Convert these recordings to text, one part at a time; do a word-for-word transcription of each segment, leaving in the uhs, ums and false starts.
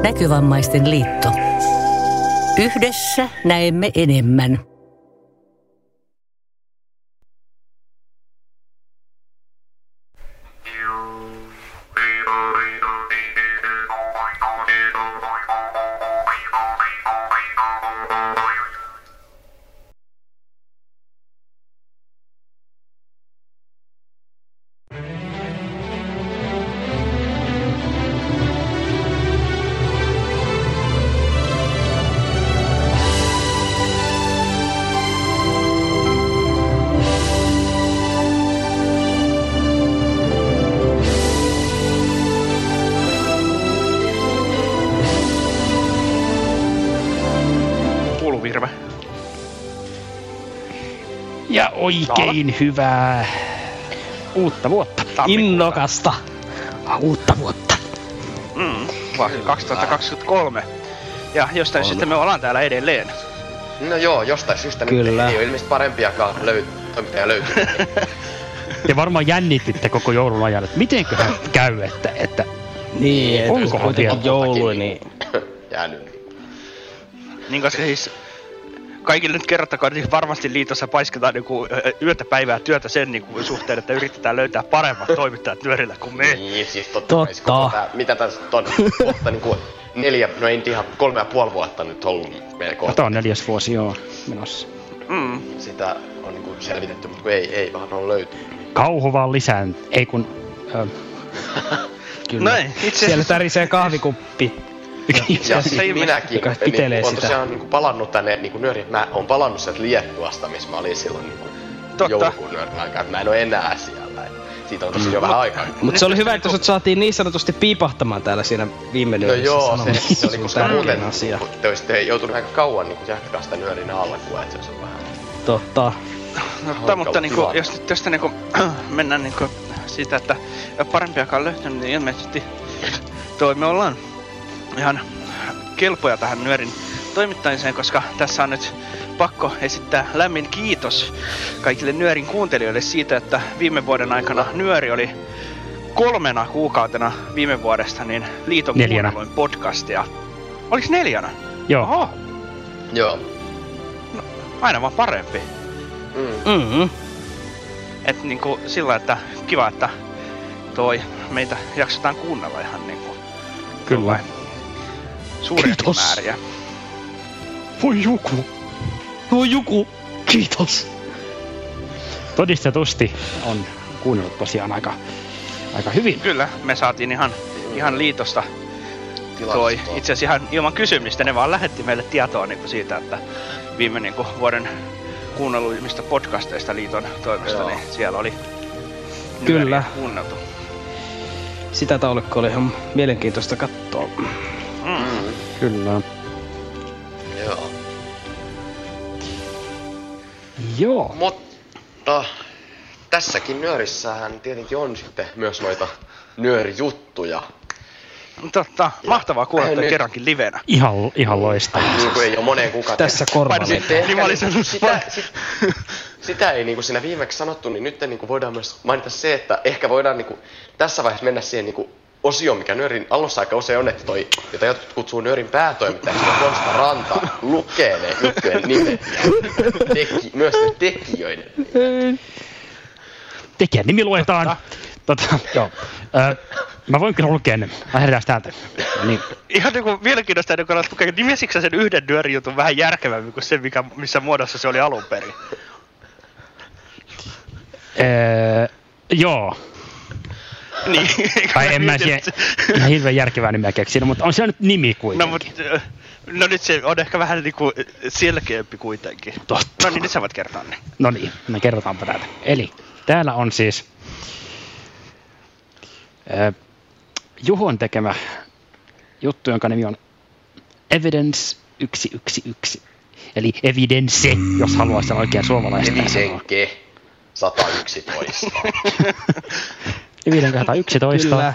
Näkövammaisten liitto. Yhdessä näemme enemmän. Ja oikein no. hyvää uutta vuotta. Tammikuuta. Innokasta uutta vuotta. Mm, kaksituhattakaksikymmentäkolme. Ja jostain on. Syystä me ollaan täällä edelleen. No joo, jostain syystä Kyllä. Nyt ei ole ilmeisesti parempiakaan löy- toimittajia löytynyt. Te varmaan jännititte koko joulun ajan, että mitenköhän käy, että... että niin, onko kuitenkin joulu, niin... jäänyt. Niin koska siis... Kaikille nyt kerrottakoon, että varmasti liitossa paisketaan niinku yötä päivää työtä sen niinku suhteen, että yritetään löytää paremmat toimittajat nyörillä kuin me. Niin, siis totta. totta. Tää, mitä tässä on kohta niinku neljä, no ei ihan kolme ja puoli vuotta nyt ollut meillä kohta. Tämä on neljäs vuosi, joo, menossa. Mm. Sitä on niinku selvitetty, mutta ei, ei vaan ole löytynyt. Kauhu vaan lisään, ei kun... Äh, kyllä. Näin, itse siellä tärisee kahvikuppi. Ja siis minäkin, niin, on tosiaan niin kuin palannut tänne niin kuin nyöriin. Mä oon palannut sieltä Liettuasta, missä mä olin silloin niin kuin joulukuun nyörin aikaa. Mä en oo enää siellä. Siitä on tosi mm. jo vähän aikaa. Mut se oli hyvä, että sut saatiin niin sanotusti piipahtamaan täällä siinä viime nyörissä. No joo, se, se oli koska muuten asia. Te olisitte joutunut aika kauan niin jatkaa sitä nyörin alkua, et se on vähän... Totta. No, mutta niinku, jos nyt tästä niinku mennään niinku siitä, että parempiakaan löytynyt, niin ilmeisesti toi me ollaan ihan kelpoja tähän nyörin toimittamiseen, koska tässä on nyt pakko esittää lämmin kiitos kaikille nyörin kuuntelijoille siitä, että viime vuoden aikana nyöri oli kolmena kuukautena viime vuodesta niin liiton kuunnelluin podcastia. Oliks neljänä? Joo. Oho. Joo. No, aina vaan parempi. Mm. Mm-hmm. Et niinku sillä, että kiva, että toi meitä jaksetaan kuunnella ihan niinku. Kyllä. Suuria määriä. Voi joku. Voi joku. Kiitos. Todistetusti on kuunnellut tosiaan aika, aika hyvin. Kyllä, me saatiin ihan, ihan liitosta toi, itse asiassa ihan ilman kysymistä, ne vaan lähetti meille tietoa niinku siitä, että viime niinku vuoden kuunnelluimmista podcasteista liiton toimesta, niin siellä oli Kyllä. kuunneltu. Sitä taulukkoa oli ihan mielenkiintoista katsoa. Mm. Kyllä. Joo. Joo. Mutta tässäkin nyörissähän tietenkin on sitten myös noita nyörijuttuja. Totta, mahtavaa kuulla nyt kerrankin livenä. Ihan, ihan loistavaa. Niin kuin ei oo moneen kukaan. Tässä korvalla. Sitä, sit, sitä ei niinku siinä viimeksi sanottu, niin nyt niinku voidaan myös mainita se, että ehkä voidaan niinku tässä vaiheessa mennä siihen niinku osio, mikä nyörin alussa aika usein on, että toi, jota jotkut kutsuu nyörin päätoimittajaksi, on Konsta Ranta, lukee ne juttujen nimet ja teki, myös ne tekijöiden nimet. Tekijän nimi luetaan. Tota, joo. Ö, mä voin kyllä lukea ne. Lähdetään täältä. Niin. Ihan niinku mielenkiintoista, että kun lukee, nimesitkö sen yhden nyörijutun vähän järkevämmin kuin se, mikä, missä muodossa se oli alun perin? Öö, joo. Niin. Tai en mä siihen ihan hirveän järkevää nimeä keksinyt, mutta on siellä nyt nimi kuitenkin. No, mutta, no nyt se on ehkä vähän niinku selkeämpi kuitenkin. Totta. No niin, nyt sä voit kertoa ne. No niin, me kerrotaanpa täältä. Eli täällä on siis äh, Juhon tekemä juttu, jonka nimi on Evidence yksi yksi yksi. Eli Evidence, jos haluaa sen oikein suomalaista. Evidence sata yksitoista. Evidence sata yksitoista. Kyllä.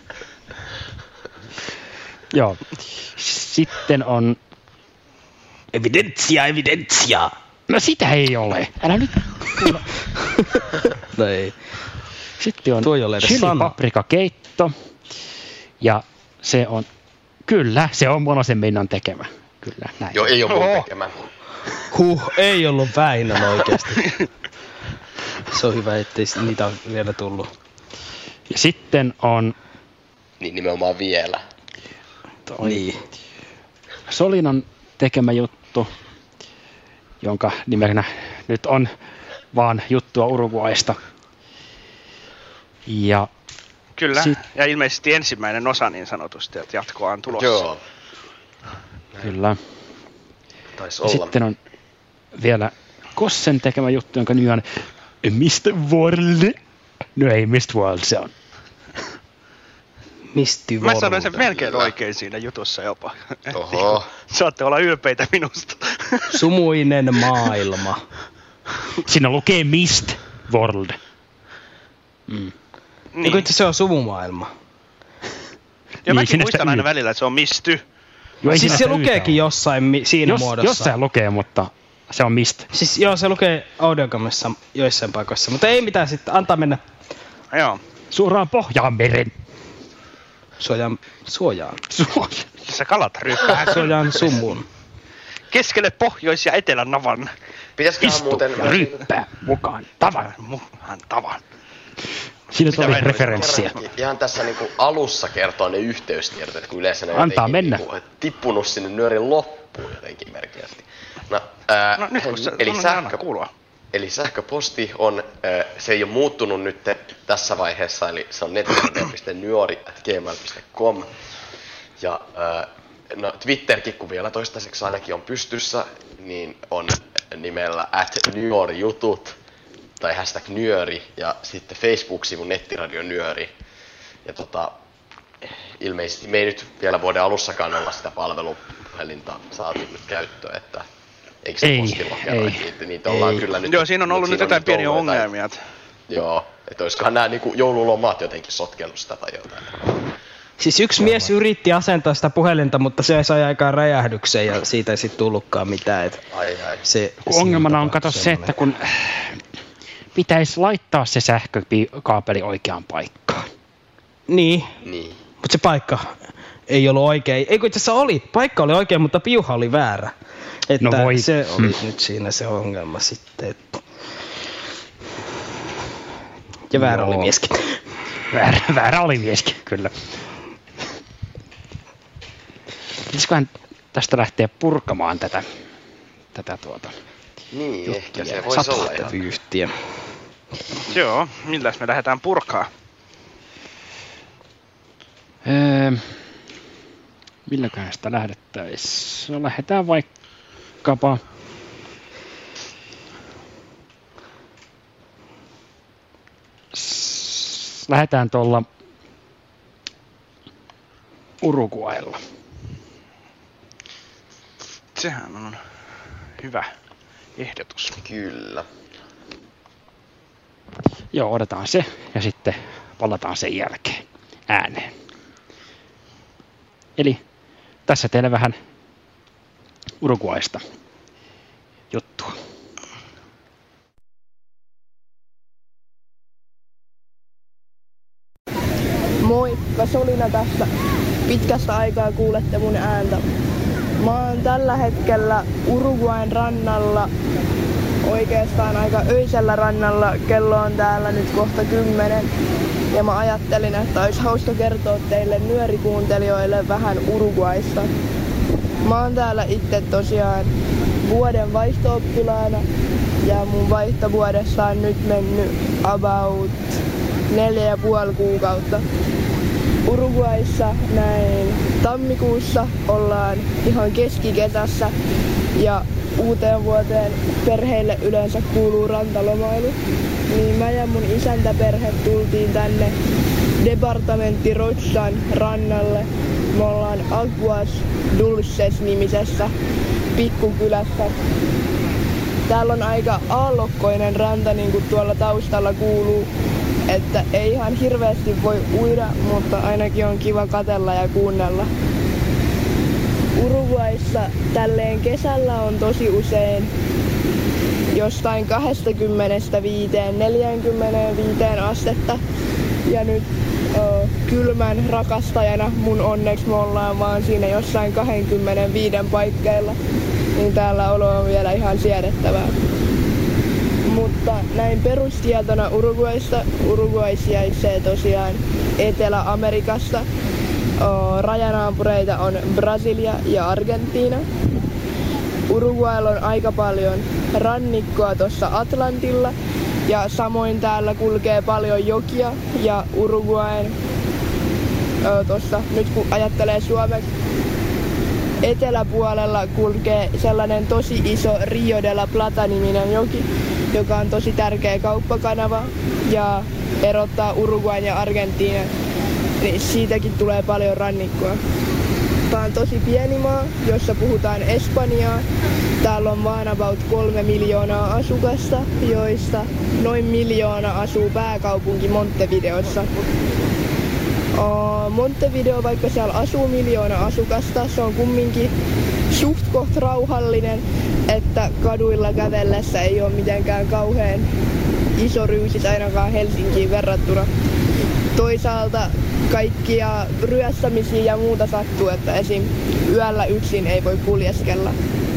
Joo. Sitten on Evidentia, evidentia. No sitä ei ole. Älä nyt kuule. No ei. Sitten on chili paprika keitto. Ja se on Kyllä, se on Monosen Minnan tekemä. Kyllä, näin. Joo, ei oo mun Oho. tekemä. Huh, ei ollut Väinön oikeesti. Se on hyvä, ettei niitä ole vielä tullut. Ja sitten on Niin nimenomaan vielä. toi Niin. Solinan tekemä juttu, jonka nimenä nyt on vaan juttua Uruguaysta. Ja Kyllä, Sit- ja ilmeisesti ensimmäinen osa niin sanotusti, että jatkoa on tulossa. Joo, kyllä. taisi Ja olla. sitten on vielä Kossen tekemä juttu, jonka nimi on mister World. No ei, mister World se on. Misty Mä sanoin sen World. melkein oikein siinä jutussa jopa. Oho. Saatte olla ylpeitä minusta. Sumuinen maailma. Siinä lukee Mist World. Mm. Niin. Eikö se on sumumaailma? Ja Niin, mäkin sinne muistan sitä aina y. välillä, että se on misty. Joo, ei Siis siinä se sitä lukeekin yhtä jossain mi- siinä ole. Jos, muodossa. jossain lukee, mutta se on Mist. Siis joo, se lukee Audiogamessa joissain paikoissa, mutta ei mitään sitten, antaa mennä Joo. Suoraan Pohjanmeren. suojaan, suojaan, Suoraan. Se kalat ryppää suojaan sumuun. keskelle pohjois- ja etelän navan. Pitäisiköhän Istu muuten... ja ryppää mukaan tavan. Mukaan tavan. Siinä Mitä tuli mä en referenssiä. kerrankin Ihan tässä niinku alussa kertoo ne yhteystiedot, että kun yleensä ne on Antaa jotenkin mennä. Niinku tippunut sinne nyörin loppuun jotenkin merkeästi. No, ää, No nyt kun se eli, on sähkö, anna kuulua. eli sähköposti on, ää, se ei ole muuttunut nyt tässä vaiheessa, eli se on nettiradio piste nyori at gmail piste com. Ja ää, no, Twitterkin, kun vielä toistaiseksi ainakin on pystyssä, niin on nimellä at nyorijutut tai hashtag nyöri ja sitten Facebook-sivu nettiradio nyöri. Ja tota, ilmeisesti me ei nyt vielä vuoden alussakaan olla sitä palvelupuhelinta saatu nyt käyttöön, että eikö se Ei, postilla ei. kerran, niitä, niitä ollaan Ei. kyllä nyt... Joo, siinä on ollut nyt jotain pieniä ollut jotain- ongelmia. että- Joo, että olisikohan nämä niinku joululomat jotenkin sotkenut sitä tai jotain. Siis yksi mies yritti asentaa sitä puhelinta, mutta se sai aikaan räjähdyksen ja siitä ei sitten tullutkaan mitään. Et Ai ai. se, Kun siinä ongelmana on tapahtui kato se, että kun pitäisi laittaa se sähkökaapeli oikeaan paikkaan. Niin, Niin. mutta se paikka ei ollut oikein. Ei kun itse asiassa oli. Paikka oli oikein, mutta piuha oli väärä. Että No voi. se oli Hmm. nyt siinä se ongelma sitten. Että... Ja väärä Joo. oli mieskin. Väärä, väärä oli mieskin, kyllä. Pitäisiköhän tästä lähteä purkamaan tätä, tätä tuota. Niin, ehkä se vielä. voisi olla ihan. Satahtävyyhtiä. Joo, milläs me lähdetään purkaa? Öö, milläköhän sitä lähdettäisiin? No lähdetään vaikkapa... S- Lähdetään tuolla Uruguaylla. Sehän on hyvä ehdotus. Kyllä. Joo, otetaan se ja sitten palataan sen jälkeen ääneen. Eli tässä teille vähän Uruguaysta juttua. Moikka, Solina tässä. Pitkästä aikaa kuulette mun ääntä. Mä oon tällä hetkellä Uruguayn rannalla, oikeastaan aika öisellä rannalla. Kello on täällä nyt kohta kymmenen. Ja mä ajattelin, että olisi hauska kertoa teille nyörikuuntelijoille vähän Uruguaysta. Mä oon täällä itse tosiaan vuoden vaihto-oppilaana. Ja mun vaihtovuodessa on nyt mennyt about neljä ja puoli kuukautta. Uruguayssa näin tammikuussa ollaan ihan keskikesässä ja uuteen vuoteen perheille yleensä kuuluu rantalomailu. Niin mä ja mun isäntäperhe tultiin tänne departamentti Rochan rannalle. Me ollaan Aguas Dulces nimisessä pikkukylässä. Täällä on aika aallokkoinen ranta, niin kuin tuolla taustalla kuuluu. Että ei ihan hirveästi voi uida, mutta ainakin on kiva katsella ja kuunnella. Uruguayssa tälleen kesällä on tosi usein jostain kaksikymmentäviisi neljäkymmentäviisi astetta. Ja nyt oh, kylmän rakastajana mun onneksi me ollaan vaan siinä jossain kaksikymmentäviisi paikkeilla, niin täällä olo on vielä ihan siedettävää. Mutta näin perustietona Uruguaysta. Uruguay sijaitsee tosiaan Etelä-Amerikasta. Rajanaapureita on Brasilia ja Argentiina. Uruguaylla on aika paljon rannikkoa tuossa Atlantilla ja samoin täällä kulkee paljon jokia ja Uruguayn tuossa nyt kun ajattelee suomeksi eteläpuolella kulkee sellainen tosi iso Rio de la Plata-niminen joki, joka on tosi tärkeä kauppakanava ja erottaa Uruguayn ja Argentiinan. Niin siitäkin tulee paljon rannikkoa. Tää on tosi pieni maa, jossa puhutaan espanjaa. Täällä on vaan about kolme miljoonaa asukasta, joista noin miljoona asuu pääkaupunki Montevideossa. Uh, Montevideo, vaikka siellä asuu miljoona asukasta, se on kumminkin suht koht rauhallinen, että kaduilla kävellessä ei ole mitenkään kauhean iso ryysis ainakaan Helsinkiin verrattuna. Toisaalta kaikkia ryöstämisiä ja muuta sattuu, että esim. Yöllä yksin ei voi kuljeskella.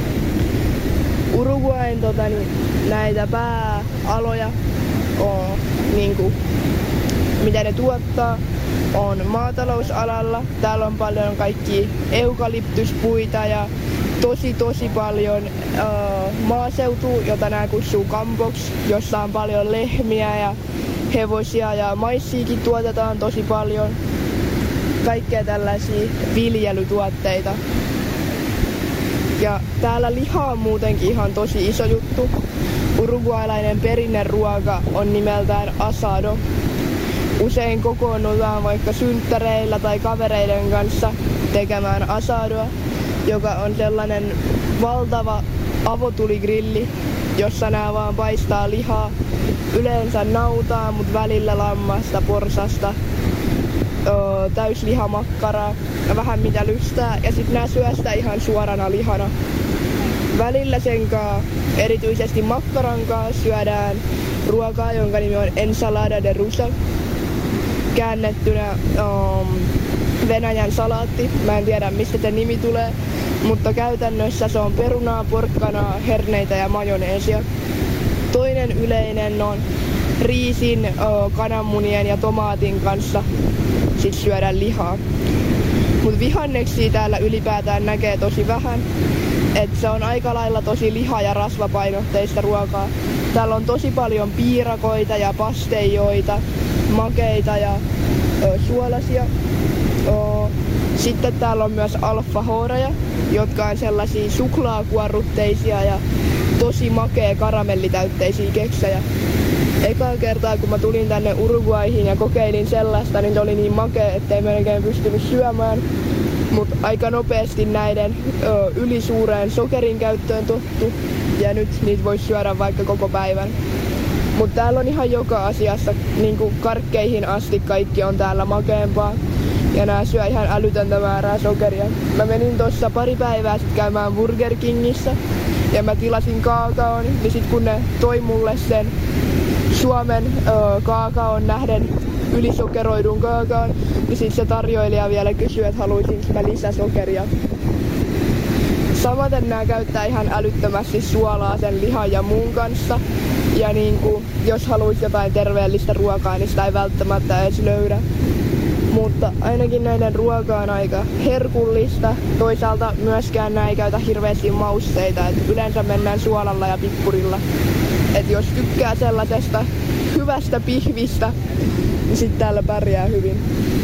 Uruguayn tota, niin, näitä pääaloja, on, niin kuin, mitä ne tuottaa, on maatalousalalla. Täällä on paljon kaikkia eukalyptuspuita ja tosi tosi paljon uh, maaseutua, jota nämä kutsuu kampoksi, jossa on paljon lehmiä ja hevosia ja maissiakin tuotetaan tosi paljon. Kaikkea tällaisia viljelytuotteita. Ja täällä liha on muutenkin ihan tosi iso juttu. Uruguaylainen perinneruoka on nimeltään asado. Usein kokoonnutaan vaikka synttäreillä tai kavereiden kanssa tekemään asadoa, joka on sellainen valtava avotuligrilli, jossa nää vaan paistaa lihaa. Yleensä nautaa, mut välillä lammasta, porsasta, öö, täyslihamakkaraa ja vähän mitä lystää. Ja sit nää syö sitä ihan suorana lihana. Välillä sen kaa, erityisesti makkaran kaa, syödään ruokaa, jonka nimi on ensalada de rusa. Käännettynä um, Venäjän salaatti. Mä en tiedä mistä se nimi tulee, mutta käytännössä se on perunaa, porkkanaa, herneitä ja majoneesia. Toinen yleinen on riisin, kananmunien ja tomaatin kanssa sit syödä lihaa. Mut vihanneksia täällä ylipäätään näkee tosi vähän. Et se on aika lailla tosi liha- ja rasvapainotteista ruokaa. Täällä on tosi paljon piirakoita ja pasteijoita, makeita ja ö, suolasia. O, sitten täällä on myös alfahoreja, jotka on sellaisia suklaakuorrutteisia ja tosi makea karamellitäytteisiä keksejä. Ekaa kertaa kun mä tulin tänne Uruguayhin ja kokeilin sellaista, niin se oli niin makea, ettei melkein pystynyt syömään. Mut aika nopeasti näiden ö, ylisuureen sokerin käyttöön tottu ja nyt niitä voi syödä vaikka koko päivän. Mut täällä on ihan joka asiassa, niinku karkkeihin asti kaikki on täällä makeempaa. Ja nää syö ihan älytöntä määrää sokeria. Mä menin tossa pari päivää sit käymään Burger Kingissä ja mä tilasin kaakaon, niin sit kun ne toi mulle sen Suomen ö, kaakaon nähden ylisokeroidun kaakaon, niin sit se tarjoilija vielä kysyi, että haluaisinko mä lisäsokeria. Samaten nää käyttää ihan älyttömästi suolaa sen lihan ja muun kanssa. Ja niinku, jos haluais jotain terveellistä ruokaa, niin sitä ei välttämättä edes löydä. Mutta ainakin näiden ruoka on aika herkullista. Toisaalta myöskään nää ei käytä hirveästi mausteita. Et yleensä mennään suolalla ja pippurilla. Et jos tykkää sellaisesta hyvästä pihvistä, niin sit täällä pärjää hyvin.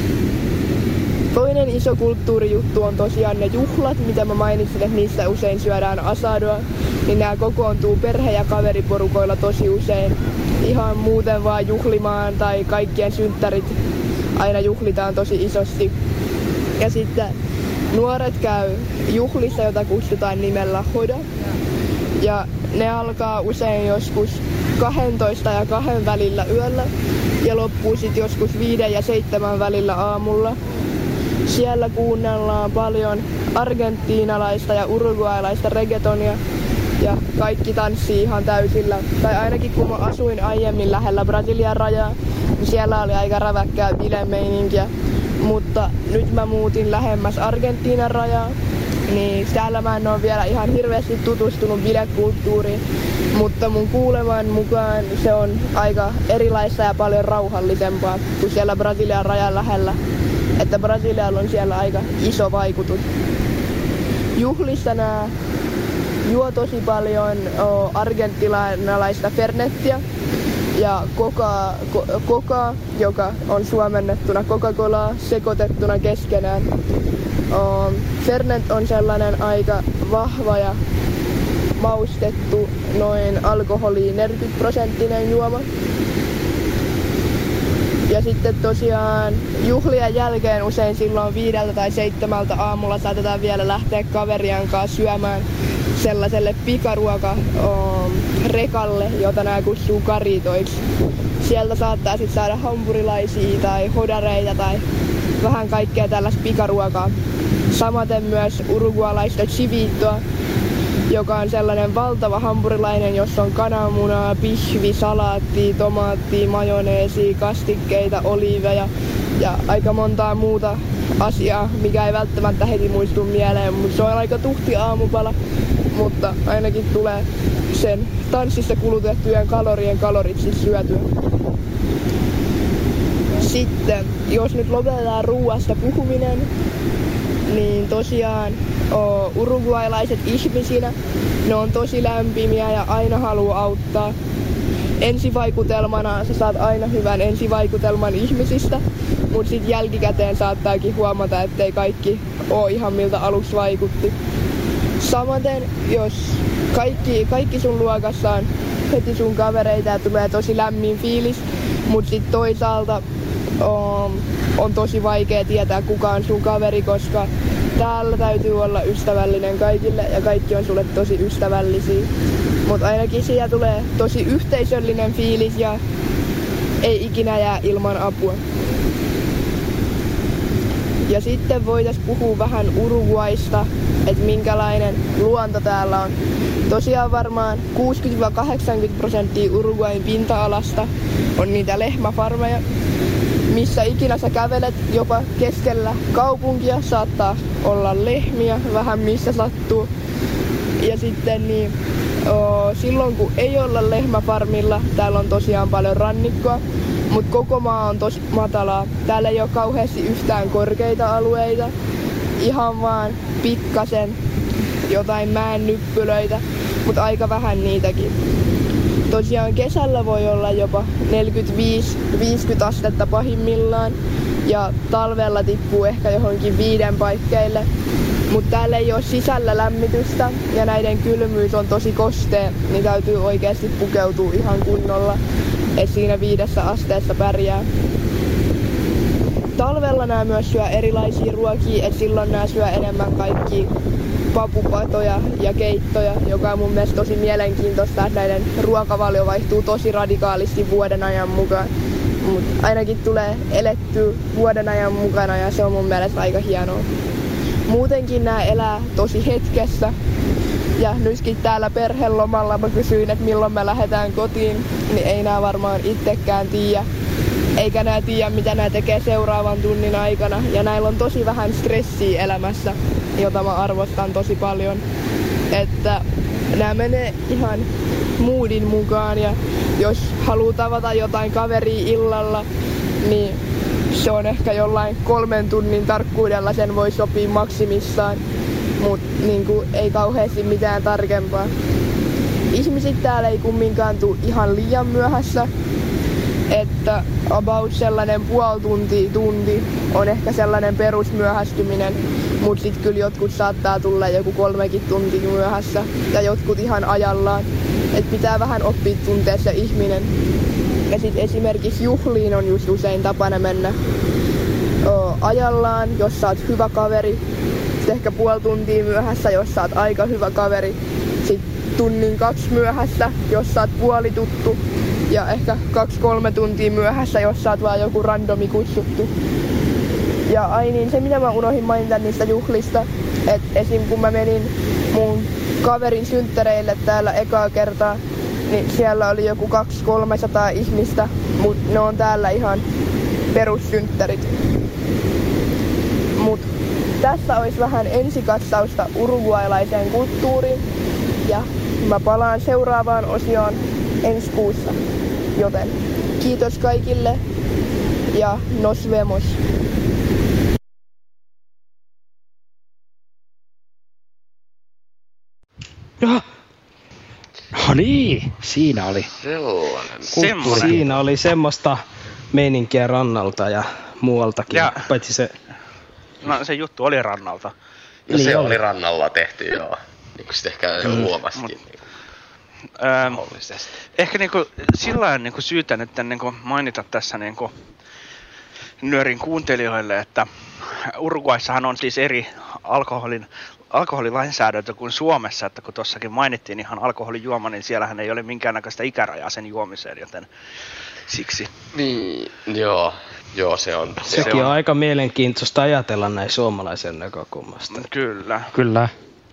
Toinen iso kulttuurijuttu on tosiaan ne juhlat, mitä mä mainitsin, että niissä usein syödään asadoa. Niin nää kokoontuu perhe- ja kaveriporukoilla tosi usein. Ihan muuten vaan juhlimaan tai kaikkien synttärit aina juhlitaan tosi isosti. Ja sitten nuoret käy juhlissa, jota kutsutaan nimellä hoda. Ja ne alkaa usein joskus kahdentoista ja kahden välillä yöllä ja loppuu sit joskus viiden ja seitsemän välillä aamulla. Siellä kuunnellaan paljon argentiinalaista ja uruguaylaista reggaetonia ja kaikki tanssii ihan täysillä. Tai ainakin kun mä asuin aiemmin lähellä Brasilian rajaa, niin siellä oli aika räväkkää bilemeininkiä. mutta nyt mä muutin lähemmäs Argentiinan rajaa, niin täällä mä en ole vielä ihan hirveästi tutustunut bilekulttuuriin, mutta mun kuuleman mukaan se on aika erilaista ja paljon rauhallisempaa kuin siellä Brasilian rajan lähellä, että Brasilialla on siellä aika iso vaikutus. Juhlissa nää juo tosi paljon o, argentinalaista Fernettiä ja coca, coca, joka on suomennettuna Coca-Colaa sekoitettuna keskenään. O, Fernet on sellainen aika vahva ja maustettu, noin alkoholi neljäkymmentä prosenttinen juoma. Ja sitten tosiaan juhlien jälkeen usein silloin viideltä tai seitsemältä aamulla saatetaan vielä lähteä kaverien kanssa syömään sellaiselle pikaruoka-rekalle, jota nämä kutsuu karitoiksi. Sieltä saattaa sitten saada hampurilaisia tai hodareita tai vähän kaikkea tällaista pikaruokaa. Samaten myös urugualaista chivitoa, joka on sellainen valtava hampurilainen, jossa on kananmunaa, pihvi, salaattia, tomaattia, majoneesia, kastikkeita, oliiveja ja aika montaa muuta asiaa, mikä ei välttämättä heti muistu mieleen, mutta se on aika tuhti aamupala, mutta ainakin tulee sen tanssissa kulutettujen kalorien kalorit siis syötyä. Sitten, jos nyt lopetetaan ruuasta puhuminen, niin tosiaan o, uruguailaiset ihmisinä, ne on tosi lämpimiä ja aina haluaa auttaa. Ensivaikutelmana sä saat aina hyvän ensivaikutelman ihmisistä, mutta sitten jälkikäteen saattaakin huomata, ettei kaikki ole ihan miltä aluksi vaikutti. Samaten, jos kaikki, kaikki sun luokassa on heti sun kavereita ja tulee tosi lämmin fiilis, mutta sitten toisaalta on, on tosi vaikea tietää, kuka on sun kaveri, koska täällä täytyy olla ystävällinen kaikille ja kaikki on sulle tosi ystävällisiä. Mutta ainakin siellä tulee tosi yhteisöllinen fiilis ja ei ikinä jää ilman apua. Ja sitten voitais puhua vähän Uruguaista, että minkälainen luonto täällä on. Tosiaan varmaan kuusikymmentä kahdeksankymmentä prosenttia Uruguain pinta-alasta on niitä lehmäfarmeja. Missä ikinä sä kävelet, jopa keskellä kaupunkia saattaa olla lehmiä, vähän missä sattuu. Ja sitten niin, o, silloin kun ei olla lehmäfarmilla, täällä on tosiaan paljon rannikkoa, mutta koko maa on tosi matalaa. Täällä ei ole kauheasti yhtään korkeita alueita, ihan vaan pikkasen jotain mäen nyppylöitä, mutta aika vähän niitäkin. Tosiaan kesällä voi olla jopa neljäkymmentäviisi viisikymmentä astetta pahimmillaan ja talvella tippuu ehkä johonkin viiden paikkeille. Mutta täällä ei ole sisällä lämmitystä ja näiden kylmyys on tosi kostea, niin täytyy oikeasti pukeutua ihan kunnolla, että siinä viidessä asteessa pärjää. Talvella nämä myös syö erilaisia ruokia, että silloin nämä syö enemmän kaikkia papupatoja ja keittoja, joka on mun mielestä tosi mielenkiintoista, että näiden ruokavalio vaihtuu tosi radikaalisti vuoden ajan mukaan. Mutta ainakin tulee elettyä vuoden ajan mukana ja se on mun mielestä aika hienoa. Muutenkin nämä elää tosi hetkessä. Ja nytkin täällä perhelomalla mä kysyin, että milloin me lähdetään kotiin, niin ei nämä varmaan itsekään tiedä. Eikä nämä tiedä, mitä nämä tekee seuraavan tunnin aikana. Ja näillä on tosi vähän stressiä elämässä, jota mä arvostan tosi paljon. Että nämä menee ihan moodin mukaan ja jos haluaa tavata jotain kaveria illalla, niin se on ehkä jollain kolmen tunnin tarkkuudella, sen voi sopia maksimissaan, mutta niinku, ei kauheasti mitään tarkempaa. Ihmiset täällä ei kumminkaan tule ihan liian myöhässä, että about sellainen puoli tuntia, tunti on ehkä sellainen perusmyöhästyminen, mutta sitten kyllä jotkut saattaa tulla joku kolmekin tuntia myöhässä ja jotkut ihan ajallaan, että pitää vähän oppia tuntea se ihminen. Ja sitten esimerkiksi juhliin on just usein tapana mennä o, ajallaan, jos sä oot hyvä kaveri, sitten ehkä puoli tuntia myöhässä, jos sä oot aika hyvä kaveri, sitten tunnin kaksi myöhässä, jos sä oot puolituttu, ja ehkä kaksi kolme tuntia myöhässä, jos sä oot vaan joku randomi kutsuttu. Ja ai niin, se mitä mä unohdin mainita niistä juhlista, että esim. Kun mä menin mun kaverin synttäreille täällä ekaa kertaa, niin siellä oli joku kaksi kolmesataa ihmistä, mutta ne on täällä ihan perussynttärit. Mut tässä olisi vähän ensikatsausta uruguaylaiseen kulttuuriin ja mä palaan seuraavaan osioon ensi kuussa. Joten kiitos kaikille ja nos vemos. No niin, siinä oli. Sellainen. Semmoinen. Siinä oli semmoista meininkiä rannalta ja muualtakin, Ja- paitsi se... No se juttu oli rannalta. No Niin se oli. oli rannalla tehty, joo. Niin kuin sit ehkä jo huomasikin. Niin Öö, mahdollisesti. ehkä niinku sillain niinku syytä nyt niinku mainita tässä niinku nyörin kuuntelijoille, että Uruguaissahan on siis eri alkoholin, alkoholilainsäädäntö kuin Suomessa, että kun tuossakin mainittiin ihan alkoholijuoma, niin siellähän ei ole minkäännäköistä ikärajaa sen juomiseen, joten siksi. Niin, joo. Joo, se on. Se Sekin on. on aika mielenkiintoista ajatella näin suomalaisen näkökulmasta. Kyllä. Kyllä.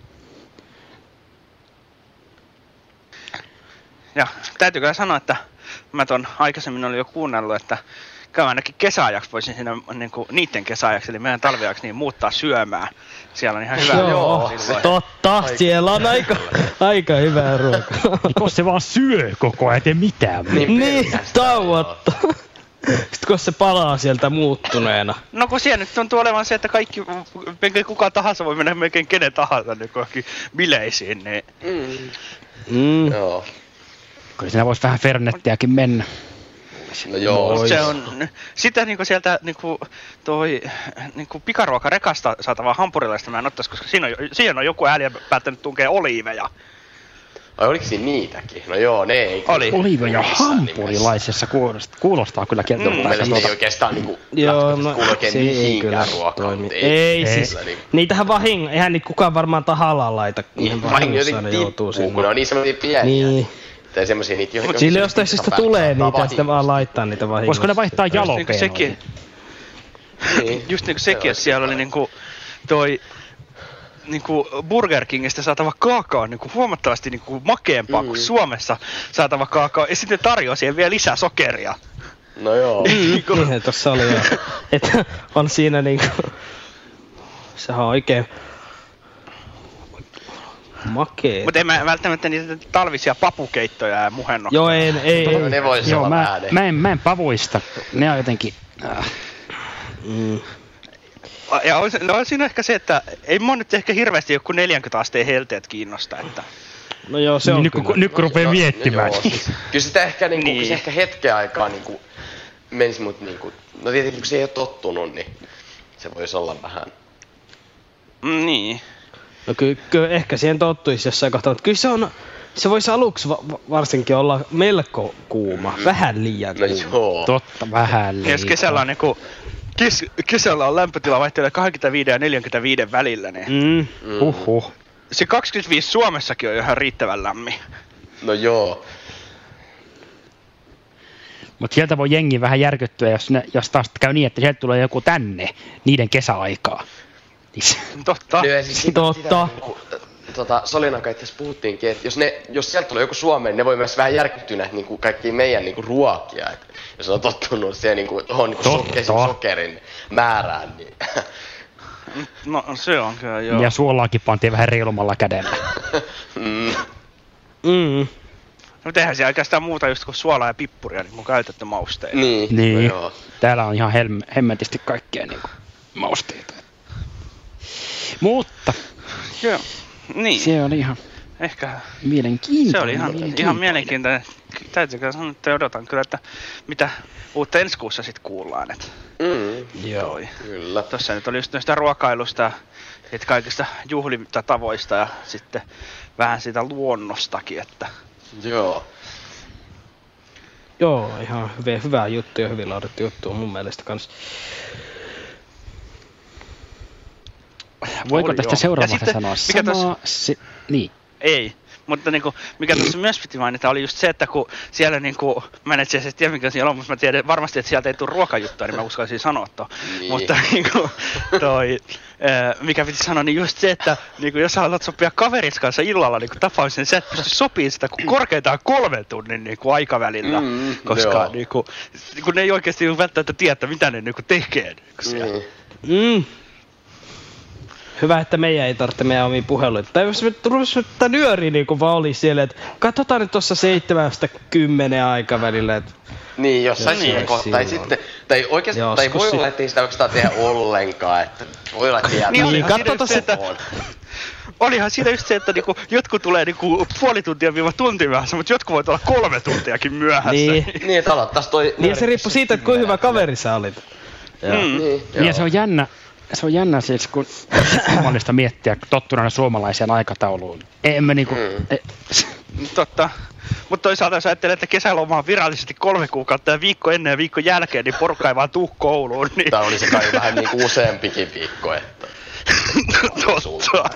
Ja täytyy kyllä sanoa, että mä ton aikaisemmin olin jo kuunnellut, että kyllä ainakin kesäajaksi voisin siinä niinku, niiden kesäajaksi, eli meidän talviajaksi niin muuttaa syömään. Siellä on ihan hyvä. Joo, silloin. totta, siellä on aika, aika hyvää ruokaa. Kun se vaan syö koko ajan, ei tee mitään. Niin, Niin, pelkästään, tauotta. Sitten kun se palaa sieltä muuttuneena. No kun siellä nyt tuntuu olevan se, että kaikki, melkein kuka tahansa voi mennä melkein kenen tahansa niin johonkin bileisiin, niin Mm. Mm. Joo. Kyllä siinä voisi vähän Fernettiäkin mennä. No joo. se on sitä niinku sieltä niinku toi niinku pikaruokarekasta saatavaa hampurilaista mä en ottais, koska siinä on, siinä on joku ääliä päättänyt tunkea oliiveja. Ai oliko siinä niitäkin? No joo, ne ei. Oli. Oliiveja missään hampurilaisessa kuulostaa, kuulostaa kyllä Mm. Mun kieltä. mielestä ei oikeastaan niinku Joo, lähtökohtaisesti no kuulu oikein se ei mihinkään kyllä ruokaan. toimi. mutta Ei, Ei. siis, kyllä niinku- niitähän vahingo, eihän niitä kukaan varmaan tahallaan laita. Niin, Ihan vahingo vahingossa jotenkin ne joutuu tippuu, kun ne sinne. on niin semmosia pieniä. Niin. Tai semmosia niitä, joihin... Sille jostain syystä tulee niitä ja sitten vaan laittaa. laittaa niitä vahingossa. Voisiko ne vaihtaa Just niinku jalopeenoihin? sekin, Niin. just niinku sekin, että siellä oli niinku toi niinku Burger Kingistä saatava kaakao on niinku huomattavasti niinku makeampaa Mm. kuin Suomessa saatava kaakao, ja sitten tarjoaa siihen vielä lisää sokeria. No joo. Niinku- Niin, tossa oli jo. Että on siinä niinku... Sehän on oikein... Makee. Mutta en mä välttämättä niitä talvisia papukeittoja ja muhennoksia. Joo, ei, ei, ei. Ne vois Joo, olla mä, vähän. mä, en, mä en pavuista. Ne on jotenkin... Äh. Mm. Ja on, no on siinä ehkä se, että ei mua nyt ehkä hirveästi joku neljäkymmentä asteen helteet kiinnosta, että... No joo, se on nyt, kyllä. kun, nyt kun rupeaa miettimään. No, joo, siis, kyllä sitä ehkä niinku, Niin. niin. se ehkä hetken aikaa niinku menisi, mut niinku, no tietenkin kun se ei ole tottunut, niin se voisi olla vähän. Mm, niin. No kyllä, kyllä ehkä siihen tottuisi jossain kohtaa, mutta kyllä se on... Se voisi aluksi va- va- varsinkin olla melko kuuma, vähän liian No kuuma. joo. Totta, vähän Ja liikaa. jos kesällä on niinku... Kes, kesällä on lämpötila vaihtelee kaksikymmentäviisi ja neljäkymmentäviisi välillä, niin... Mm. Mm. Huhhuh. Se kaksikymmentäviisi Suomessakin on ihan riittävän lämmin. No joo. Mutta sieltä voi jengi vähän järkyttyä, jos, ne, jos taas käy niin, että sieltä tulee joku tänne niiden kesäaikaa. Niin Totta. No, ja siis sitä, Totta. Sitä, niinku, tota, Solinan kanssa itse asiassa puhuttiinkin, että jos, ne, jos sieltä tulee joku Suomeen, ne voi myös vähän järkyttyä näitä niinku, kaikkia meidän niinku, ruokia. Et jos on tottunut siihen niinku, tohon, niinku, so, Totta. sokerin määrään, niin... No se on kyllä joo. Ja suolaakin pantiin vähän reilumalla kädellä. mm. Mm. No tehdään siellä oikeastaan muuta just kuin suolaa ja pippuria, niin mun käytetty mausteita. Niin, Niin. No, joo. Täällä on ihan helm- hemmetisti kaikkea niinku mausteita. Mutta Joo. Niin. se oli ihan Ehkä mielenkiintoinen. se oli ihan, ihan mielenkiintoinen. Täytyykö sanoa, että odotan kyllä, että mitä uutta ensi kuussa sit kuullaan. Että Mm. Joo. Kyllä. tossa nyt oli just noista ruokailusta, että kaikista juhlimitavoista ja sitten vähän siitä luonnostakin, että Joo. Joo, ihan hyvä, hyvää juttu ja hyvin laadittu juttu mun mielestä kans. Voiko Oli, tästä joo. seuraavassa Ja sitten, sanoa mikä samaa? Se, niin. ei. Mutta niinku, mikä tuossa myös piti mainita oli just se, että kun siellä niinku, mä en itse asiassa tiedä mikä siellä on, mutta mä tiedän varmasti, että sieltä ei tule ruokajuttua, niin mä uskallisin sanoa to. Niin. Mutta niinku, toi, ää, mikä piti sanoa, niin just se, että niinku, jos sä haluat sopia kaveris kanssa illalla niinku tapaamisen, niin sä et pysty sopimaan sitä kuin korkeintaan kolmen tunnin niinku aikavälillä, Mm, koska joo. niinku, kun ne ei oikeasti välttämättä tiedä, mitä ne niinku tekee. Niinku siellä. Mm. Mm. Hyvä, että meidän ei tarvitse meidän omia puheluita. Tai jos me tulisimme nyöriä niinku vaan olisi siellä, että katsotaan nyt tossa seitsemästä kymmenen aikavälillä, että... Niin, jossain Niin, siinä kohtaa. Tai sitten, tai oikeastaan, tai voi si- olla, ettei sitä oikeastaan tehdä ollenkaan, että voi olla, että jää... Niin, Niin, katsotaan se, että... Olihan siinä just se, että niinku, jotkut tulee niinku puoli tuntia viiva tunti myöhässä, mutta jotkut voi olla kolme tuntiakin myöhässä. Niin. Niin, että aloittais toi... Niin se riippuu siitä, että kuinka hyvä kaveri sä olit. Joo. Mm. Niin, Ja se on jännä, se on jännä siis, kun kummallista miettiä tottuneena suomalaiseen aikatauluun. Emme niinku... Mm. E, Totta. Mutta toisaalta jos ajattelee, että kesäloma on virallisesti kolme kuukautta ja viikko ennen ja viikko jälkeen, niin porukka ei vaan tuu kouluun. Niin... Tää oli se kai vähän niinku useampikin viikko, että... Totta.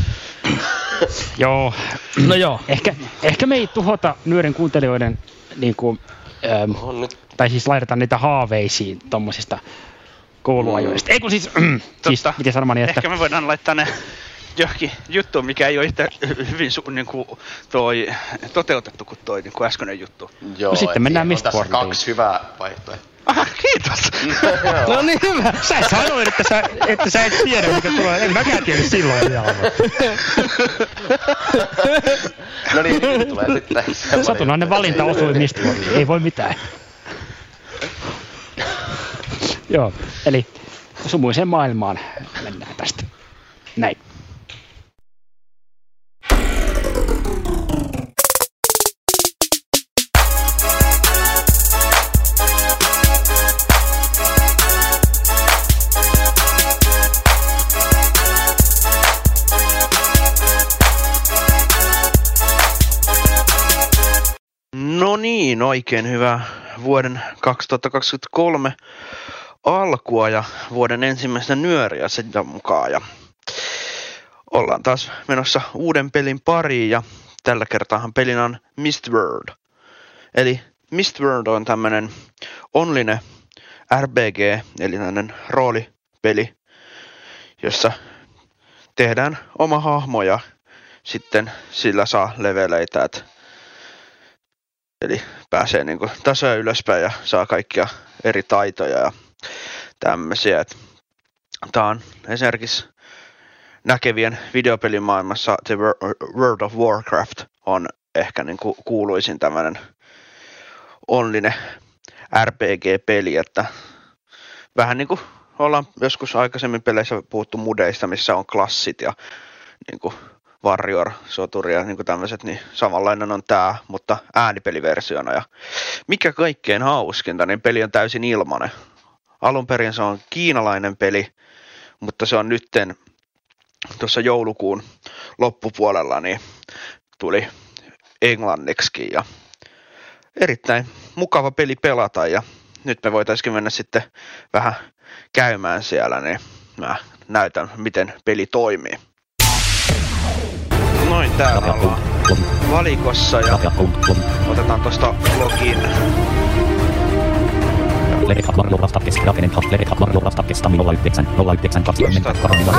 joo. No joo. Ehkä, ehkä me ei tuhota Nyörin kuuntelijoiden niinku... Ähm, On nyt... tai siis laitetaan niitä haaveisiin tommosista kouluajoista. Mm. Ei kun siis... siis miten sanomani, että... Ehkä me voidaan laittaa ne johonkin juttuun, mikä ei ole yhtä hyvin su, niin kuin toi, toteutettu kuin toi niin kuin äskeinen juttu. Joo, No sitten mennään on tässä Mistborniin. kaksi hyvää vaihtoehtoa. Aha, kiitos! No niin hyvä. Sä sanoit, että sä, että sä et tiedä, mikä tulee. En mäkään tiedä silloin vielä. No niin, nyt tulee sitten... Satunnainen valinta osui Mistborniin. Ei voi mitään. Joo, eli sumuiseen maailmaan mennään tästä. Näin. No niin, oikein hyvää vuoden kaksituhattakaksikymmentäkolme alkua ja vuoden ensimmäistä nyöriä sitä mukaan. Ja ollaan taas menossa uuden pelin pariin ja tällä kertaahan pelinä on Mistworld. Eli Mistworld on tämmönen online R P G, eli tämmönen roolipeli, jossa tehdään oma hahmo ja sitten sillä saa leveleitä, et eli pääsee niinku tasoja ylöspäin ja saa kaikkia eri taitoja ja tämmösiä. Tää on esimerkiksi näkevien videopelimaailmassa The World of Warcraft on ehkä niinku kuuluisin tämmönen online R P G-peli, että vähän niinku ollaan joskus aikaisemmin peleissä puhuttu mudeista, missä on klassit ja niinku Warrior, Soturi ja niinku tämmöiset, niin samanlainen on tää, mutta äänipeliversiona. Ja mikä kaikkein hauskinta, niin peli on täysin ilmanen. Alun perin se on kiinalainen peli, mutta se on nytten tuossa joulukuun loppupuolella niin tuli englanniksi ja erittäin mukava peli pelata ja nyt me voitaisiin mennä sitten vähän käymään siellä, niin mä näytän miten peli toimii. Noin, täällä ollaan valikossa ja otetaan tosta login. Ledet Warrior Vastakes, Rakenenhat, Ledet Warrior Vastakes, nolla yhdeksän, nolla yhdeksän, kaksikymmentä, Karoniva.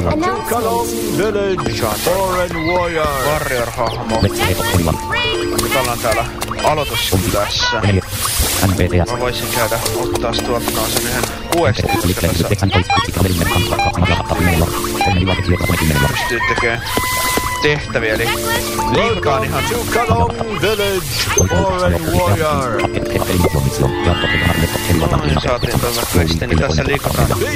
Warrior-hahmo. Nyt ollaan täällä aloituskylässä. Mä voisin käydä ottaa tuolta sen yhden questin, koska tässä pystyy tekemään tehtäviä, eli liikutaan ihan... Noin, saatiin tuolta questin, niin tässä liikutaan... Joo,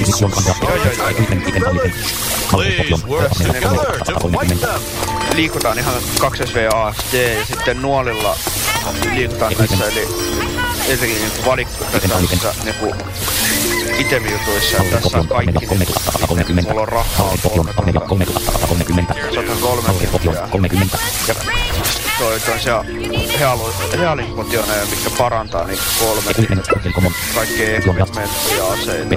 joo, joo. Liikutaan ihan kaksi S V A S D ja sitten nuolilla liikutaan tässä, eli ensinnäkin niinku valikkuudessa niinku itemijutuissa, ja tässä on kaikki niinku, mulla on rahaa kolme sata kolmekymmentä ja toi toisia healinpotioneja, mitkä parantaa niinku kolme kaikkea equipmenttia aseita.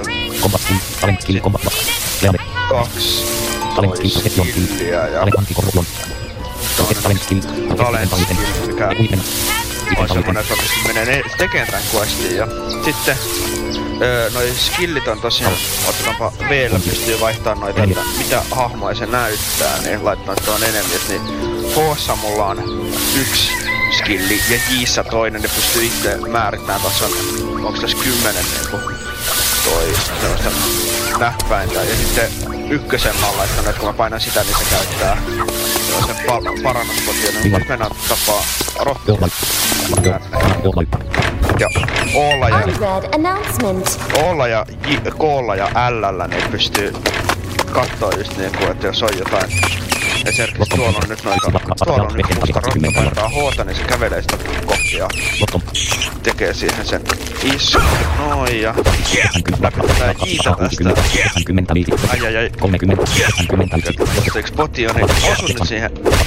Kaksi toi skilliä ja toinen talent skill, mikä on semmonen, että mä pystyn menee tekemään tän questin ja sitten öö, noi skillit on tosiaan, otetaanpa V:llä pystyy vaihtamaan noita, että mitä hahmoja se näyttää, niin laittaa tuon enemmies, niin H:ssa mulla on yksi skilli ja J:ssä toinen, ne pystyy itse määrittämään, tässä on, onks tässä kymmenen niinku toi semmoista näppäintä. Ja sitten ykkösen mä oon laittanut, että kun mä painan sitä, niin se käyttää sellaisen pa- parannuspotion. Niin nyt mennään tapaa rottua. Ja Oolla ja... Oolla ja J- K:lla ja L:llä niin pystyy kattoo just niinku, että jos on jotain. Esimerkiksi tuolla on nyt noita, tuolla on nyt musta rotta, painaa H:ta, niin se kävelee sitä kohti ja tekee siihen sen isku. Noin ja läpytetään J:tä tästä. Ai ai ai. Eiks poti on, niin osu nyt siihen. Noin,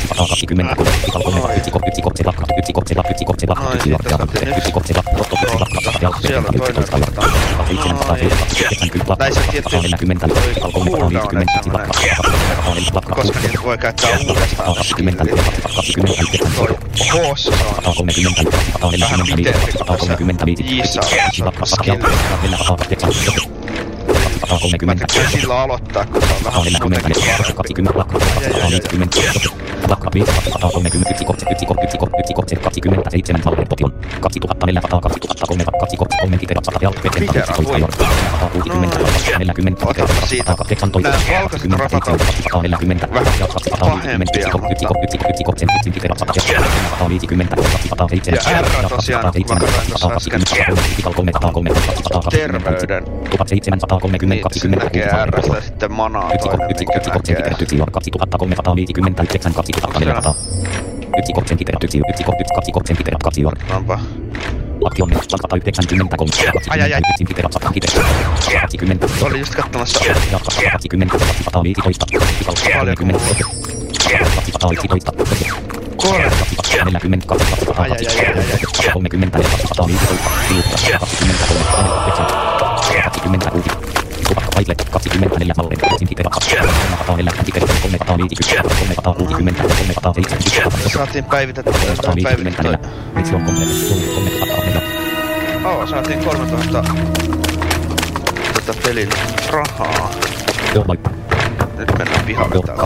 siitä saatiin yksi rotta. Siellä on toinen rotta. Noin. Näissä tietysti toi cooldown, että semmonen. Koska niitä voi käyttää uudestaan skilliä. Toi H:ssa se on vähän pitempi, kun tässä J:ssä on skilliä. Mä tykkään sillä aloittaa, kun se on vähän muutenkin varmempi. Mikera voi. Otamme siitä. Nää valkoiset rotat on vähän pahempia, ja R tosiaan, kun mä katsoin tossa äsken terveyden, niin se näkee R:stä sitten manaa toinen, minkä näkee. Onpa. Ai ai ai. Oli just kattomassa. Paljonko mulla on? Kolme. Ai ai ai ai ai. Saatiin päivitettyä päivitettyä. Oo, saatiin kolmetuhatta tätä pelin rahaa. Nyt mennään pihalle täällä.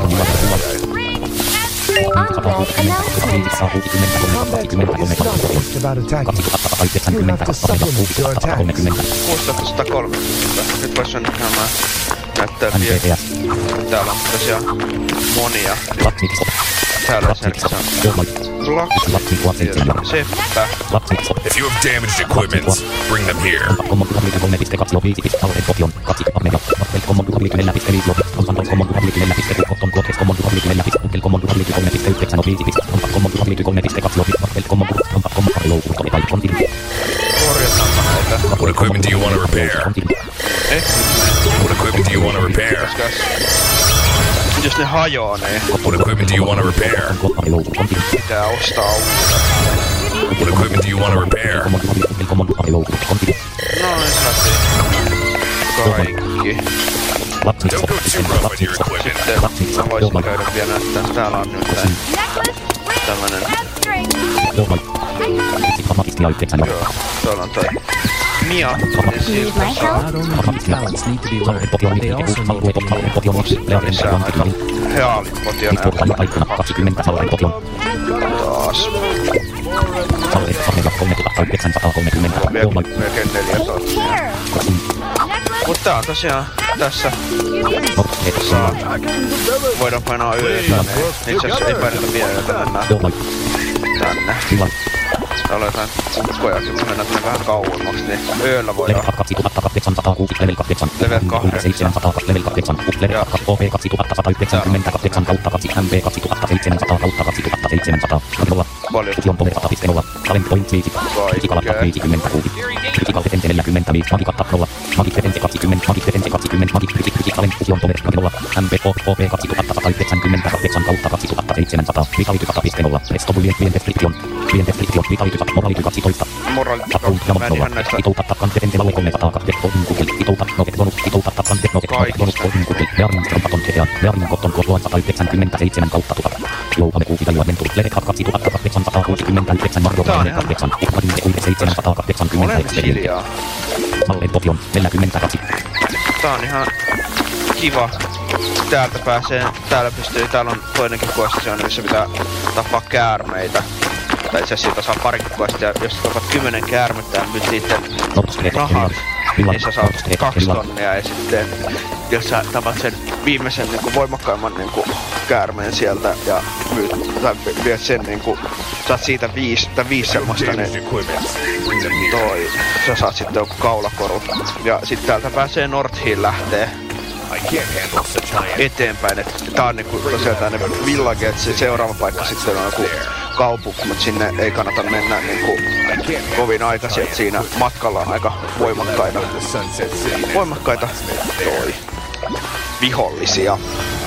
kuusitoista kolmekymmentä. Nyt vois mennä käymään näyttää vielä. Täällä on tosiaan monia. Täällä esimerkiksi on Black ja Seppä. If you have damaged equipment, bring them here. What equipment do you want to repair? Eh? What equipment do you want to repair? Jos ne hajoo, niin What equipment do you want to repair? pitää ostaa uudestaan. What equipment do you want to repair? Noin saatiin kaikki. Don't go too rough on your equipment. Sitten mä voisin käydä vielä näyttää. Täällä on nyt tämmönen... Joo, tuolla on toi Mia. Niin siis tässä on lisää noita heaalin-potion taas. Mulla on melkein neljätoista. Mut tää on tosiaan tässä. Saa. Voidaan painaa ylöspäin. Itse asiassa ei paineta vielä, joten mennään tänne. Täällä on jotain ukkojakin, mutta mennään tänne vähän kauemmaksi, niin ööllä voidaan... Level kahdeksan. Ja... Moraalitapaus. Mä en ihan näistä... Olen hiljaa. Tää on ihan kiva. Täältä pääsee, täällä pystyy, täällä on toinenkin quest, missä pitää tappaa käärmeitä. Tai itse asiassa siitä saa parikin questia, jos tapat kymmenen käärmettä ja myyt niitten rahat. niin sä saat kaksi tonnia ja sitten jos sä tapat sen viimeisen niinku voimakkaimman niinku käärmeen sieltä ja myyt, tai viet sen niinku, saat siitä viisi, tai viisi semmoista ne toi, sä saat sitten joku kaulakorut ja sitten täältä pääsee Northiin lähtee eteenpäin, että tää on niinku tosiaan tänne village, että se seuraava paikka sitten on joku kaupunki, mutta sinne ei kannata mennä niinku kovin aikaisin, että siinä matkalla on aika voimakkaita, voimakkaita toi vihollisia.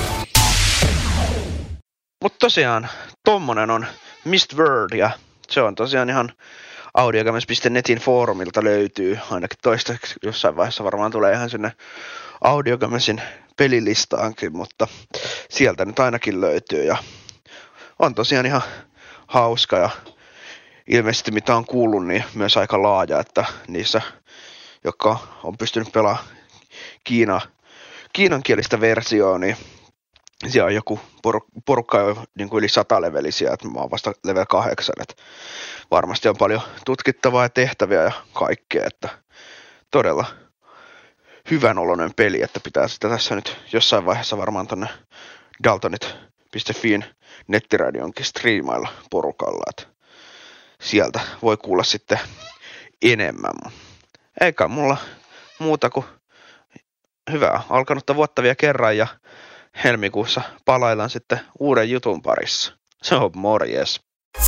Mut tosiaan, tommonen on Mistword ja se on tosiaan ihan audiogames piste netin foorumilta löytyy, ainakin toistaiseksi jossain vaiheessa varmaan tulee ihan sinne Audiogamesin pelilistaankin, mutta sieltä nyt ainakin löytyy ja on tosiaan ihan hauska ja ilmeisesti mitä on kuullut niin myös aika laaja, että niissä, jotka on pystynyt pelaamaan Kiina, kiinankielistä versioa, niin siellä on joku poruk- porukka jo niin kuin yli sata levelisiä, että mä oon vasta level kahdeksan, että varmasti on paljon tutkittavaa ja tehtäviä ja kaikkea, että todella hyvän oloinen peli, että pitää sitä tässä nyt jossain vaiheessa varmaan tonne daltonit piste fiin nettiradionkin striimailla porukalla, että sieltä voi kuulla sitten enemmän. Eikä mulla muuta kuin hyvää alkanutta vuotta vielä kerran ja helmikuussa palaillaan sitten uuden jutun parissa. Se on morjes.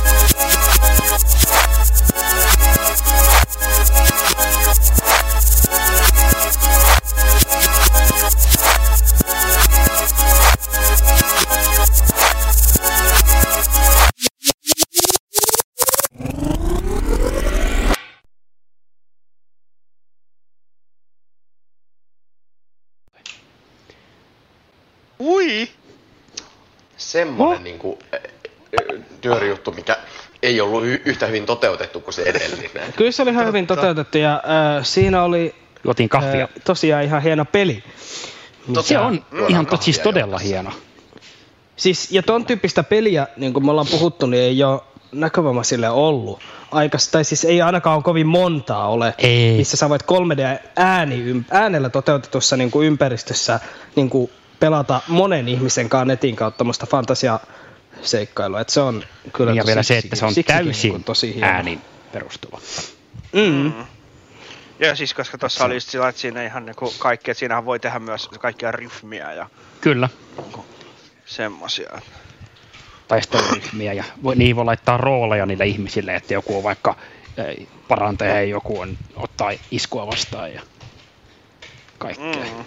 Ui! Semmonen Oh. niinku työrijuttu, mikä ei ollut y- yhtä hyvin toteutettu kuin se edellinen. Kyllä se oli ihan hyvin toteutettu ja äh, siinä oli Juotiin kahvia. äh, tosiaan ihan hieno peli. Se on ihan to, kahvia siis todella juomassa. hieno. Siis, ja ton tyyppistä peliä, niin kuin me ollaan puhuttu, niin ei ole näkövammaisille ollut. Aikas, tai siis ei ainakaan ole kovin montaa ole, Ei. missä sä voit kolme D-ääni, äänellä toteutetussa niin kuin ympäristössä niin kuin pelata monen ihmisen kanssa netin kautta tämmöistä fantasiaseikkailua. Et se on kyllä Ja tosi, vielä se, että se on siksikin täysin niin kuin tosi hieno. äänin perustuva. Mm. Ja siis koska tossa oli just sillä, että siinä ihan niinku kaikkea, että siinähän voi tehdä myös kaikkia ryhmiä ja Kyllä. semmosia. Taisteluryhmiä ja voi, niin voi laittaa rooleja niille ihmisille, että joku on vaikka eh, parantaja ja joku on ottaa iskua vastaan ja kaikkea. Mm.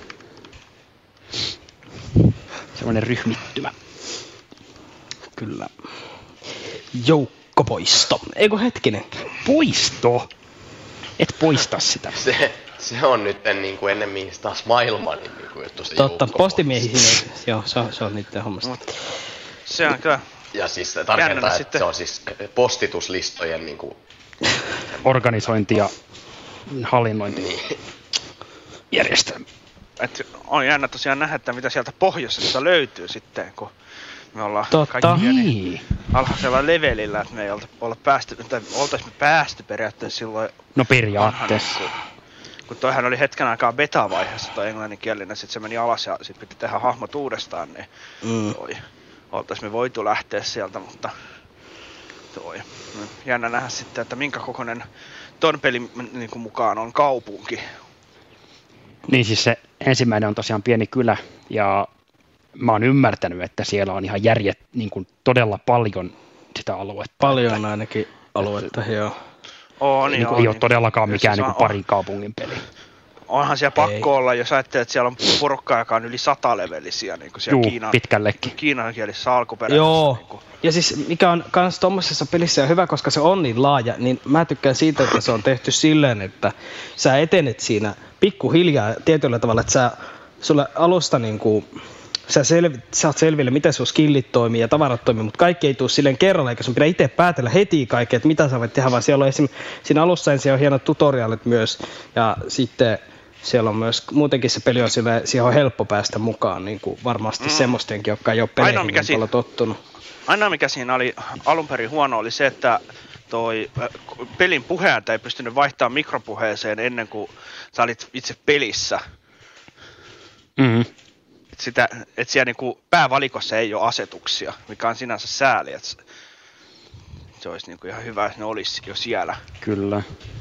Semmoinen ryhmittymä. Kyllä. Joukkopoisto. Eikö hetkinen? Poisto! Et poista sitä. Se, se on nyt niinku ennemmin taas maailmanin niinku juttu se Totta, joukkopoisto. postimiehiin. Joo, se on, se on niiden hommasta. Se on kyllä. Ja siis se Jännä tarkoittaa, että sitten. se on siis postituslistojen niinku... Organisointi ja hallinnointi. Niin. Järjestelmä. Et on jännä tosiaan nähdä, että mitä sieltä pohjoisesta löytyy sitten, kun me ollaan Totta. kaikki niin Niin. alhaisella levelillä, että me ei olta, olla päästy, tai oltais me päästy periaatteessa silloin No periaatteessa. vanhana, kun, kun toihan oli hetken aikaa beta-vaiheessa toi englanninkielinen, sit se meni alas ja sit piti tehdä hahmot uudestaan, niin Mm. toi, oltais me voitu lähteä sieltä, mutta toi, jännä nähdä sitten, että minkä kokoinen ton pelin niin kuin mukaan on kaupunki. Niin siis se ensimmäinen on tosiaan pieni kylä ja mä oon ymmärtänyt, että siellä on ihan järjet niin kuin todella paljon sitä aluetta. Paljon että, ainakin aluetta, joo. On, niin joo, kuin, ei ole niin. todellakaan Kyllä mikään se niin on- kuin parin kaupungin peli. Onhan siellä pakko Ei. olla, jos ajattelee, että siellä on porukkaa, joka on yli sata levelisiä, niin kuin siellä Juu, Kiina, pitkällekin. kiinankielisessä alkuperäisessä. Joo, Niin kuin. ja siis mikä on kans tommosessa pelissä hyvä, koska se on niin laaja, niin mä tykkään siitä, että se on tehty silleen, että sä etenet siinä pikkuhiljaa tietyllä tavalla, että sä, sulle alusta niinku, sä selvi, saat selville, miten sun skillit toimii ja tavarat toimii, mutta kaikki ei tule silleen kerralla, eikä sun pidä itse päätellä heti kaikkea, että mitä sä voit tehdä, vaan siellä on esim. Siinä alussa ensin on hienot tutoriaalit myös, ja sitten siellä on myös, muutenkin se peli on sille, siihen on helppo päästä mukaan, niin kuin varmasti mm. semmoistenkin, jotka ei ole peleihin Ainoa, mikä niin siinä- paljon tottunut. Ainoa mikä siinä oli alun perin huono oli se, että toi äh, pelin puheääntä ei pystynyt vaihtamaan mikropuheeseen ennen kuin sä olit itse pelissä. Mm-hmm. Et sitä, et siellä niinku päävalikossa ei ole asetuksia, mikä on sinänsä sääli, et se olisi niinku ihan hyvä, että ne olisi jo siellä. Kyllä.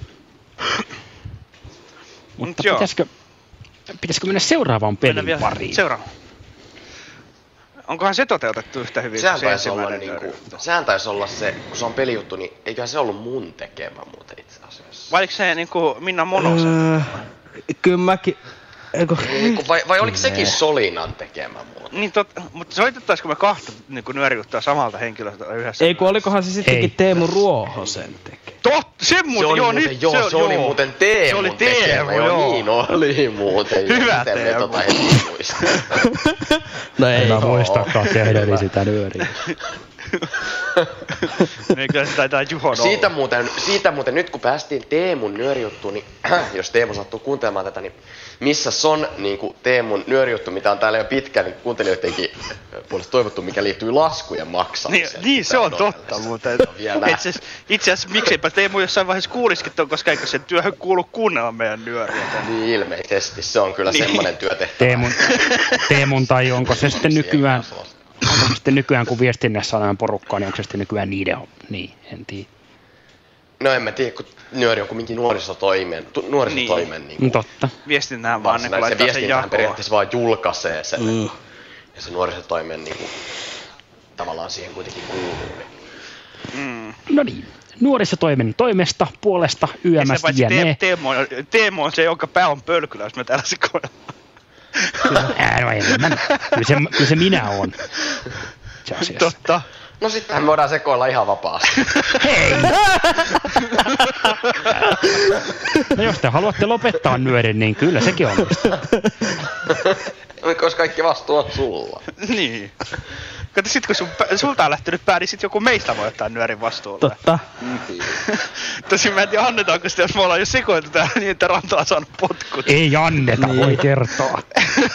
Mutta Mut pitäisikö, pitäisikö mennä seuraavaan pelin vielä pariin? Seuraava. Onkohan se toteutettu yhtä hyvin Sehän kuin se taisi, olla ensimmäinen niinku, nyöri? sehän taisi olla se, kun se on pelijuttu, niin eiköhän se ollut mun tekemä muuten itse asiassa. Vai oliko se niinku Minna Monosen? Öö, kyllä mäkin... Eiku... Niin, vai, vai oliko sekin Solinan tekemä muuten? Niin tot, mutta soitettaisiko me kahta niinku nyörijuttua samalta henkilöstä yhdessä? Ei kun olikohan se sittenkin Ei. Teemu Ruohosen tekemä. Totta, se muuten, Se oli joo, muuten, nyt joo, se, se oli joo. muuten Teemun Se oli tekemä, Teemu, joo, joo. niin oli muuten. Hyvä Miten me Teemu. tota heti muista. No ei. Mä muistakaan tehdä niin sitä nyöriä. Niin kyllä se taitaa Juhon olla. Siitä muuten, siitä muuten, nyt kun päästiin Teemun nyörijuttuun, niin jos Teemu sattuu kuuntelemaan tätä, niin missä on niin kuin Teemun nyörijuttu, mitä on täällä jo pitkään niin kuuntelijoidenkin puolesta toivottu, mikä liittyy laskujen Niin, maksamiseen. niin se on Todella. totta, mutta Se on vielä. itse asiassa- itse asiassa mikseipä Teemu jossain vaiheessa kuulisikin ton, koska eikö sen työhön kuulu kuunnella meidän nyöriä. Niin ilmeisesti, se on kyllä Niin. semmoinen työtehtävä. Teemun, Teemun tai onko se sitten nykyään, onko se sitten nykyään kun viestinnässä on aina porukkaa, niin onko se sitten nykyään niiden, niin en tiedä. No en mä tiedä, kun nyöri on kumminkin nuorisotoimen, tu, nuorisotoimen niin. Mm, totta. Viestintään vaan, niin kun se laittaa sen viestintähän jakoon. periaatteessa vaan julkaisee sen. Mm. Ja se nuorisotoimen niin kuin, tavallaan siihen kuitenkin kuuluu. Mm. No niin, nuorisotoimen toimesta, puolesta, Ja se yömästä paitsi Te- jne. Teemu, on, Teemu on se, jonka pää on pölkylä, jos me täällä sekoillaan. Ää, no en, mä, kyllä, se, kyllä se minä on. Se asiassa. Totta. No sittenhän me voidaan sekoilla ihan vapaasti. Hei! No jos te haluatte lopettaa nyörin, niin kyllä sekin on. Koska kaikki vastuu on sulla. Niin. Kato sit kun sun, pä- sulta on lähtenyt pää, niin sit joku meistä voi ottaa nyörin vastuulle. Totta. Tosin mä en tiedä, annetaanko sitä, jos me ollaan jo sekoiltu täällä niin, että Ranta on saanut potkut. Ei anneta, niin. Voi kertoa.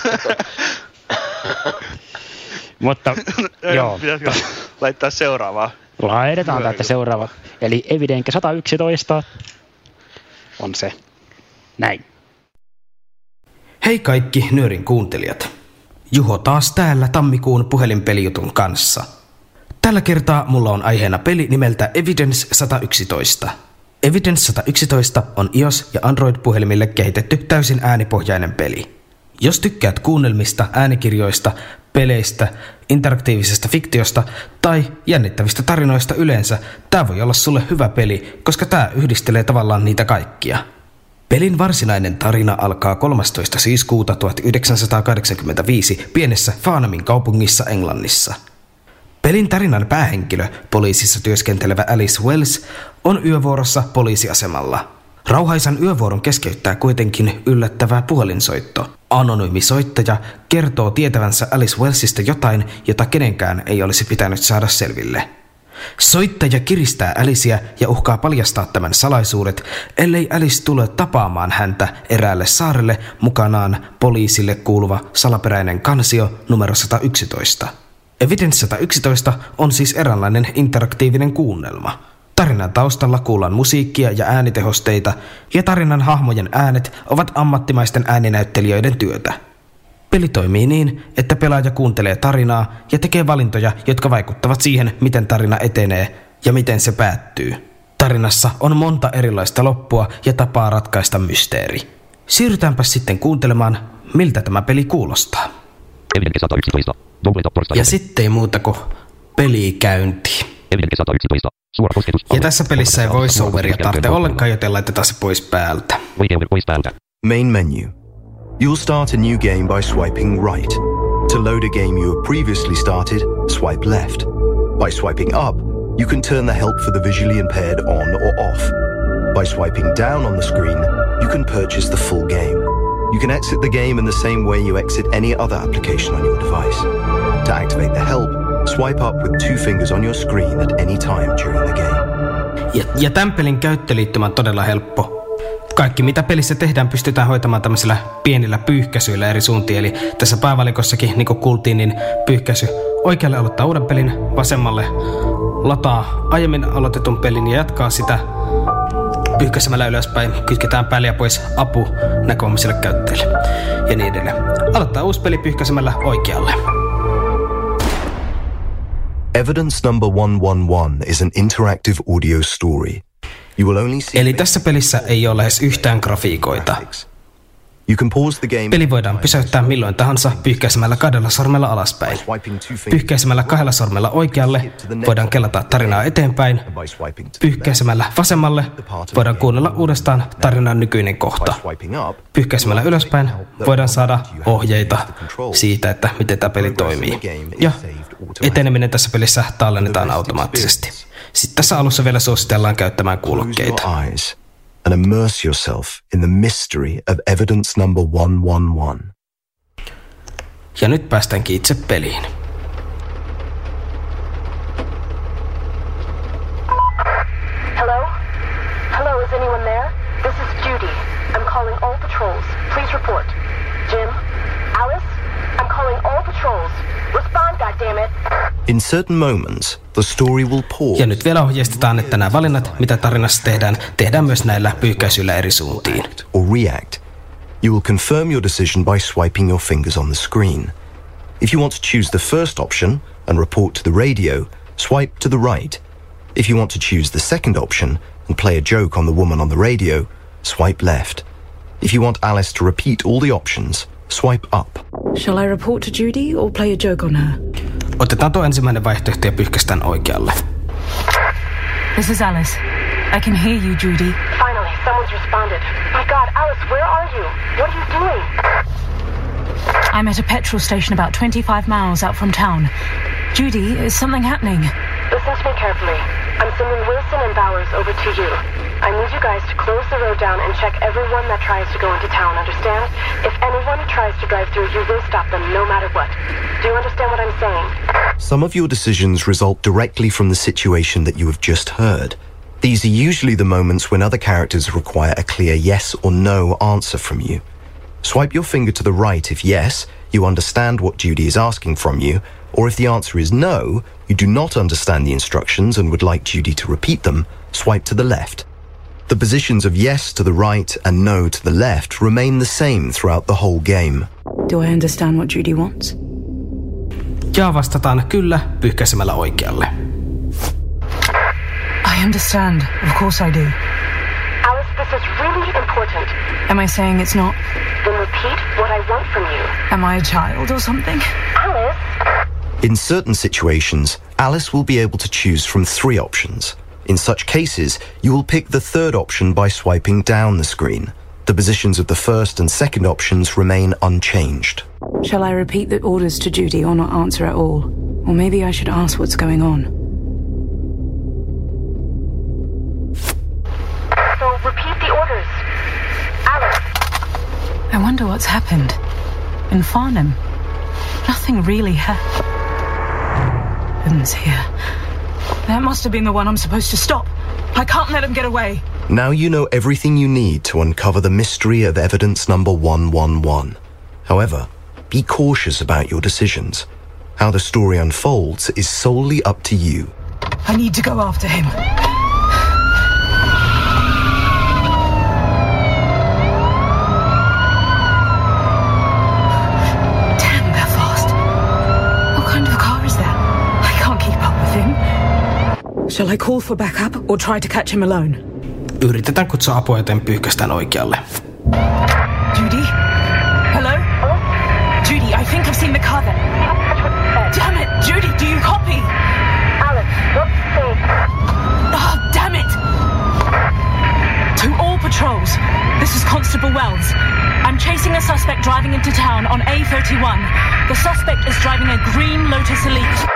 Mutta joo, Pitäisikö laittaa seuraavaa? laitetaan täältä seuraava. Eli Evidenke sata yksitoista on se. Näin. Hei kaikki nyörin kuuntelijat. Juho taas täällä tammikuun puhelinpelijutun kanssa. Tällä kertaa mulla on aiheena peli nimeltä Evidence sata yksitoista. Evidence sata yksitoista on iOS- ja Android-puhelimille kehitetty täysin äänipohjainen peli. Jos tykkäät kuunnelmista, äänikirjoista, peleistä, interaktiivisesta fiktiosta tai jännittävistä tarinoista yleensä, tää voi olla sulle hyvä peli, koska tää yhdistelee tavallaan niitä kaikkia. Pelin varsinainen tarina alkaa kolmastoista syyskuuta tuhatyhdeksänsataakahdeksankymmentäviisi pienessä Farnamin kaupungissa Englannissa. Pelin tarinan päähenkilö, poliisissa työskentelevä Alice Wells, on yövuorossa poliisiasemalla. Rauhaisan yövuoron keskeyttää kuitenkin yllättävä puhelinsoitto. Anonyymi soittaja kertoo tietävänsä Alice Wellsista jotain, jota kenenkään ei olisi pitänyt saada selville. Soittaja kiristää Alicea ja uhkaa paljastaa tämän salaisuudet, ellei Alice tule tapaamaan häntä eräälle saarelle mukanaan poliisille kuuluva salaperäinen kansio numero sata yksitoista. Evidence sata yksitoista on siis eräänlainen interaktiivinen kuunnelma. Tarinan taustalla kuullaan musiikkia ja äänitehosteita, ja tarinan hahmojen äänet ovat ammattimaisten ääninäyttelijöiden työtä. Peli toimii niin, että pelaaja kuuntelee tarinaa ja tekee valintoja, jotka vaikuttavat siihen, miten tarina etenee ja miten se päättyy. Tarinassa on monta erilaista loppua ja tapaa ratkaista mysteeri. Siirrytäänpä sitten kuuntelemaan, miltä tämä peli kuulostaa. Evidenke sata yksitoista. Double torstai. Ja sitten ei muuta kuin peli käyntiin. Evidenke sata yksitoista. Suora kosketus. Ja tässä pelissä ei voiceoveria tarvitse ollenkaan, joten laitetaan se pois päältä. Voiceover pois päältä. Main menu. You'll start a new game by swiping right. To load a game you have previously started, swipe left. By swiping up, you can turn the help for the visually impaired on or off. By swiping down on the screen, you can purchase the full game. You can exit the game in the same way you exit any other application on your device. To activate the help, swipe up with two fingers on your screen at any time during the game. Ja, ja tämän pelin käyttöliittymä on todella helppo. Kaikki mitä pelissä tehdään pystytään hoitamaan tämmöisillä pienillä pyyhkäisyillä eri suuntiin. Eli tässä päävalikossakin, niin kuin kuultiin, niin pyyhkäisy oikealle aloittaa uuden pelin, vasemmalle lataa aiemmin aloitetun pelin ja jatkaa sitä pyyhkäisemällä ylöspäin. Kytketään päälle ja pois apu näkövammaisille käyttäjille ja niin edelleen. Aloittaa uusi peli pyyhkäisemällä oikealle. Evidence number one one one is an interactive audio story. You will only see. Eli tässä pelissä ei ole lähes yhtään grafiikoita. You can pause the game. Peli voidaan pysäyttää milloin tahansa pyyhkäisemällä kahdella sormella alaspäin. Pyyhkäisemällä kahdella sormella oikealle voidaan kelata tarinaa eteenpäin. Pyyhkäisemällä vasemmalle voidaan kuunnella uudestaan tarinan nykyinen kohta. Pyyhkäisemällä ylöspäin voidaan saada ohjeita siitä, että miten tämä peli toimii. Ja eteneminen tässä pelissä tallennetaan automaattisesti. Sitten tässä alussa vielä suositellaan käyttämään kuulokkeita. And immerse yourself in the mystery of evidence number one one one. Ja nyt päästäänkin itse peliin. Hello? Hello, is anyone there? This is Judy. I'm calling all patrols. Please report. Jim? Alice? I'm calling all patrols. Respond, goddammit. In certain moments, the story will pause. Ja nyt vielä ohjeistetaan, että nämä valinnat, mitä tarinassa tehdään, tehdään myös näillä pyyhkäisyillä eri suuntiin. Or react. You will confirm your decision by swiping your fingers on the screen. If you want to choose the first option and report to the radio, swipe to the right. If you want to choose the second option and play a joke on the woman on the radio, swipe left. If you want Alice to repeat all the options, swipe up. Shall I report to Judy or play a joke on her? Otetaan tuo ensimmäinen vaihtoehto ja pyyhkästään oikealle. This is Alice. I can hear you, Judy. Finally, someone's responded. My God, Alice, where are you? What are you doing? I'm at a petrol station about twenty-five miles out from town. Judy, is something happening? Listen to me carefully. I'm sending Wilson and Bowers over to you. I need you guys to close the road down and check everyone that tries to go into town, understand? If anyone tries to drive through, you will stop them no matter what. Do you understand what I'm saying? Some of your decisions result directly from the situation that you have just heard. These are usually the moments when other characters require a clear yes or no answer from you. Swipe your finger to the right if yes, you understand what Judy is asking from you, or if the answer is no, you do not understand the instructions and would like Judy to repeat them, swipe to the left. The positions of yes to the right and no to the left remain the same throughout the whole game. Do I understand what Judy wants? Ja vastataan kyllä pyyhkäisemällä oikealle. I understand. Of course I do. Alice, this is really important. Am I saying it's not? Then repeat what I want from you. Am I a child or something? Alice? In certain situations, Alice will be able to choose from three options. In such cases, you will pick the third option by swiping down the screen. The positions of the first and second options remain unchanged. Shall I repeat the orders to Judy or not answer at all? Or maybe I should ask what's going on. So repeat the orders. Alice. I wonder what's happened. In Farnham, nothing really happened. Heavens here. That must have been the one I'm supposed to stop. I can't let him get away. Now you know everything you need to uncover the mystery of evidence number one one one. However, be cautious about your decisions. How the story unfolds is solely up to you. I need to go after him. Damn, they're fast. What kind of car is that? I can't keep up with him. Shall I call for backup or try to catch him alone? Yritetään kutsua apua, joten pyyhkästään oikealle. Judy? Hello? Judy, I think I've seen the car there. Damn it! Judy, do you copy? Alice, what's safe? Oh, damn it! To all patrols, this is Constable Wells. I'm chasing a suspect driving into town on A thirty-one. The suspect is driving a green Lotus Elite.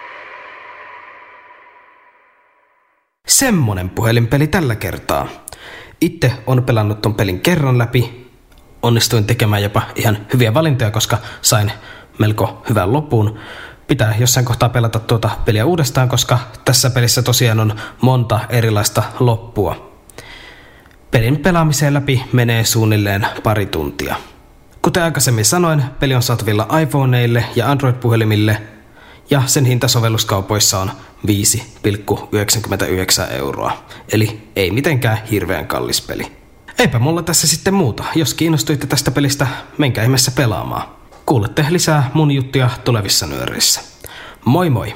Semmonen puhelinpeli tällä kertaa. Itse on pelannut ton pelin kerran läpi. Onnistuin tekemään jopa ihan hyviä valintoja, koska sain melko hyvän lopun. Pitää jossain kohtaa pelata tuota peliä uudestaan, koska tässä pelissä tosiaan on monta erilaista loppua. Pelin pelaamiseen läpi menee suunnilleen pari tuntia. Kuten aikaisemmin sanoin, peli on saatavilla iPhoneille ja Android-puhelimille. Ja sen hinta sovelluskaupoissa on viisi pilkku yhdeksänkymmentäyhdeksän euroa. Eli ei mitenkään hirveän kallis peli. Eipä mulla tässä sitten muuta. Jos kiinnostuitte tästä pelistä, menkää ihmeessä pelaamaan. Kuulette lisää mun juttuja tulevissa nyöreissä. Moi moi!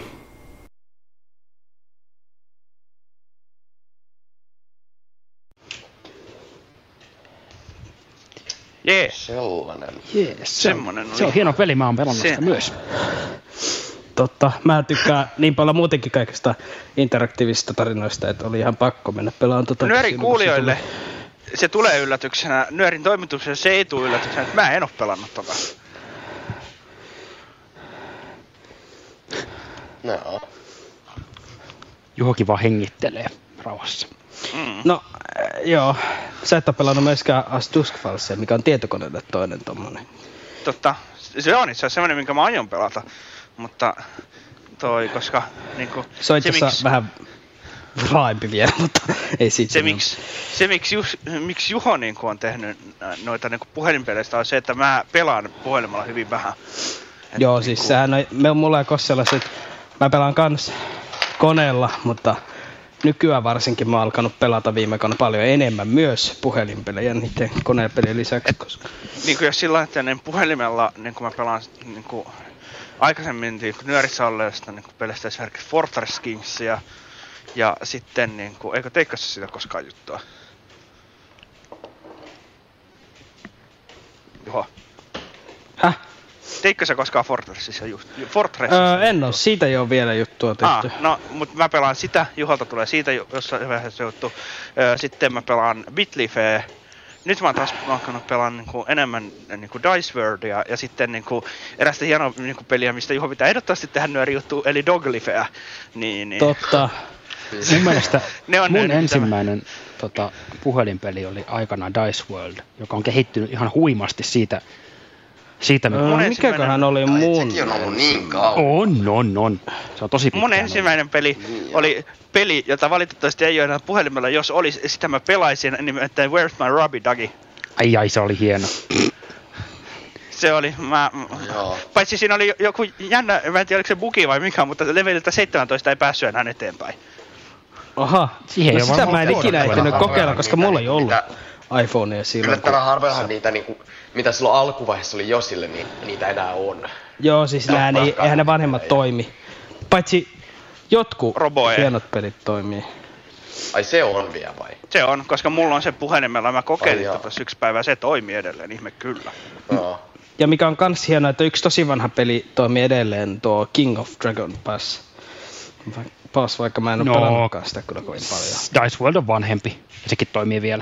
Jee. Sellainen. Jees, semmonen se on hieno peli, mä oon pelannut sitä myös. Totta, mä tykkään niin paljon muutenkin kaikista interaktiivisista tarinoista, että oli ihan pakko mennä pelaamaan tota. Nyörin kuulijoille se, se tulee yllätyksenä, Nyörin toimitukseen se ei tule yllätyksenä, että mä en oo pelannut tota. No. Juhokin vaan hengittelee rauhassa. Mm. No, äh, joo. Sä et oo pelannut myöskään As Dusk Fallsia, mikä on tietokoneelle toinen tommonen. Totta. Se on itse asiassa semmonen, minkä mä aion pelata. Mutta toi, koska niinku... Se on itse asiassa miks... vähän raaimpi vielä, mutta ei siitä se, miksi, se miksi, Juh, miksi Juho niinku on tehnyt noita niinku puhelinpeleistä on se, että mä pelaan puhelimella hyvin vähän. Et joo, niinku... siis sehän on, me on mulla ja Kossella se, että mä pelaan kans koneella, mutta nykyään varsinkin mä oon alkanut pelata viime aikoina paljon enemmän myös puhelinpelejä niiden konepelien lisäksi. Koska... Niin kuin jos sillä niin puhelimella niin kuin mä pelaan niin kuin aikaisemmin niin kuin nyörissä olleesta niin kuin pelistä esimerkiksi Fortress Kingsia ja sitten niin kuin, eikö teikkössä sitä koskaan juttua? Juho. Häh? Teikö sä koskaan Fortressissa just? Fortress? Öö, en oo, siitä ei oo vielä juttua tehty. Ah, no, mut mä pelaan sitä, Juholta tulee siitä jossain vaiheessa juttu. Öö, sitten mä pelaan Bitlifeä. Nyt mä oon taas alkanut pelaa niinku enemmän niinku Dice Worldia ja sitten niinku erästä hienoa niinku peliä, mistä Juho pitää ehdottomasti tehdä nyöri juttu, eli Doglifeä. Niin, niin. Totta. Mun mielestä ne on mun ensimmäinen tota, puhelinpeli oli aikanaan Dice World, joka on kehittynyt ihan huimasti siitä. Siitä öö, mikäköhän oli mun? Sekin on ollut niin kauan. On, on, on. Se on tosi pitkään. Mun ensimmäinen ollut. peli oli peli, jota valitettavasti ei ole enää puhelimella. Jos olisi, sitä mä pelaisin, nimittäin Where's My Rubby Ducky? Ai ai, se oli hieno. Se oli, mä... Joo. Paitsi siinä oli joku jännä, mä en tiedä oliko se bugi vai mikä, mutta leveliltä seitsemäntoista ei päässyt enää eteenpäin. Aha, siihen no sitä mä en ikinä ehtinyt kokeilla, koska mulla ei ollut iPhonea silloin. Yllättävän harvellahan niitä niinku, mitä silloin alkuvaiheessa oli jo sille, niin niitä enää on. Joo, siis nää, niin, eihän ne vanhemmat toimi. Paitsi jotkut Roboe. hienot pelit toimii. Ai se on vielä vai? Se on, koska mulla on se puhelimella, mä kokeilin tätä yksi päivä, se toimii edelleen, ihme kyllä. No. Ja mikä on kans hienoa, että yksi tosi vanha peli toimii edelleen, tuo King of Dragon Pass. Pass, vaikka mä en oo no, pelannutkaan sitä kyllä kovin paljon. Dice World on vanhempi, ja sekin toimii vielä.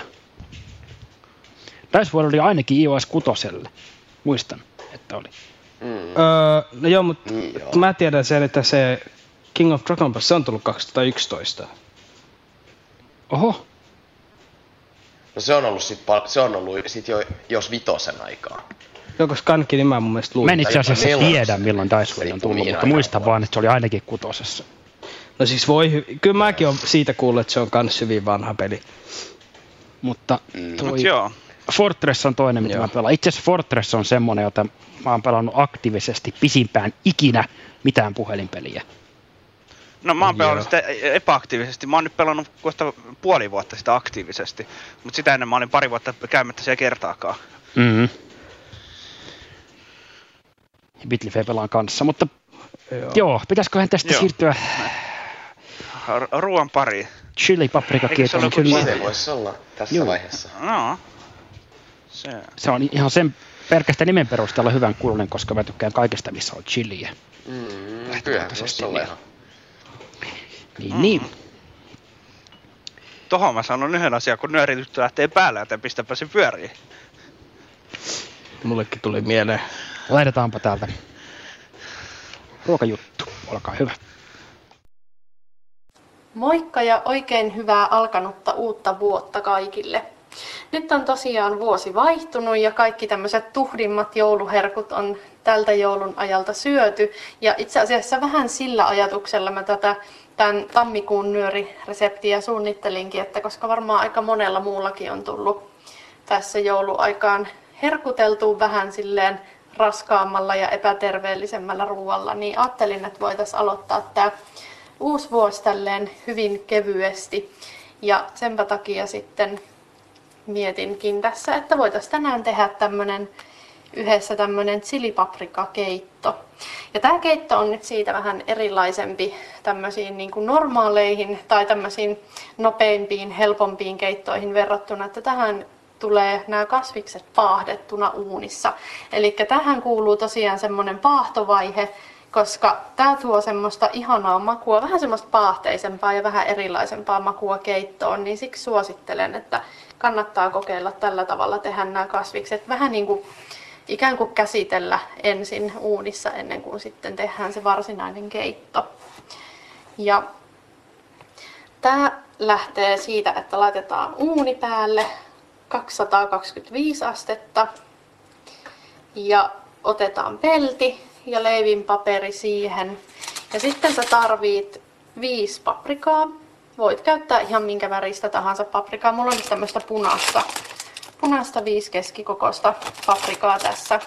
Dice World oli ainakin iOS kutoselle. Muistan, että oli. Mm. Öö, no joo, mutta mm, mä tiedän sen, että se King of Dragon Pass, se on tullut kaksituhattayksitoista. Oho. No se on ollut sit, se on ollut sit jo jos vitosen aikaa. Joo, koska ainakin niin mä mun mielestä luulin. Mä en itse asiassa tiedä, milloin Dice World on tullut, mutta muistan vaan, että se oli ainakin kutosessa. No siis voi, kyllä mäkin oon siitä kuullut, että se on kans hyvin vanha peli. Mutta toi Mut joo. Fortress on toinen, mitä joo. mä pelaan. Itse asiassa Fortress on semmonen, jota mä oon pelannut aktiivisesti pisimpään ikinä mitään puhelinpeliä. No mä oon pelannut sitä epäaktiivisesti. Mä oon nyt pelannut kohta puoli vuotta sitä aktiivisesti. Mutta sitä ennen mä olin pari vuotta käymättä siellä kertaakaan. Mhm. Bitlifeä pelaan kanssa, mutta joo, joo pitäisiköhän tästä joo. siirtyä ruoan pariin. Chili paprika kietoon. Se voisi olla tässä joo. vaiheessa. No. Se. se on ihan sen pelkästä nimen perusteella hyvän kuulonen, koska mä tykkään kaikesta, missä on chiliä. Mm, kyllähän se on ihan. Niin, mm. niin. Tohon mä sanon yhden asian, kun nyöri tyttö lähtee päälle, joten pistäpä se pyöriin. Mullekin tuli mieleen. Laitetaanpa täältä ruokajuttu. Olkaa hyvä. Moikka ja oikein hyvää alkanutta uutta vuotta kaikille. Nyt on tosiaan vuosi vaihtunut ja kaikki tämmöiset tuhdimmat jouluherkut on tältä joulun ajalta syöty. Ja itse asiassa vähän sillä ajatuksella mä tätä tämän tammikuun nyörireseptiä suunnittelinkin, että koska varmaan aika monella muullakin on tullut tässä jouluaikaan herkuteltua vähän silleen raskaammalla ja epäterveellisemmällä ruoalla, niin ajattelin, että voitaisiin aloittaa tämä uusi vuosi tälleen hyvin kevyesti. Ja senpä takia sitten mietinkin tässä, että voitaisiin tänään tehdä tämmönen yhdessä tämmönen chilipaprikakeitto. Ja tämä keitto on nyt siitä vähän erilaisempi tämmöisiin niin kuin normaaleihin tai tämmöisiin nopeimpiin, helpompiin keittoihin verrattuna, että tähän tulee nämä kasvikset paahdettuna uunissa. Eli tähän kuuluu tosiaan semmoinen paahtovaihe, koska tämä tuo semmoista ihanaa makua, vähän semmoista paahteisempaa ja vähän erilaisempaa makua keittoon, niin siksi suosittelen, että kannattaa kokeilla tällä tavalla tehdä nämä kasvikset. Vähän niin kuin ikään kuin käsitellä ensin uunissa ennen kuin sitten tehdään se varsinainen keitto. Ja tämä lähtee siitä, että laitetaan uuni päälle kaksisataakaksikymmentäviisi astetta ja otetaan pelti ja leivinpaperi siihen. Ja sitten sä tarvit viisi paprikaa. Voit käyttää ihan minkä väristä tahansa paprikaa. Mulla on tämmöistä punaista. Punaista viisi keskikokoista paprikaa tässä.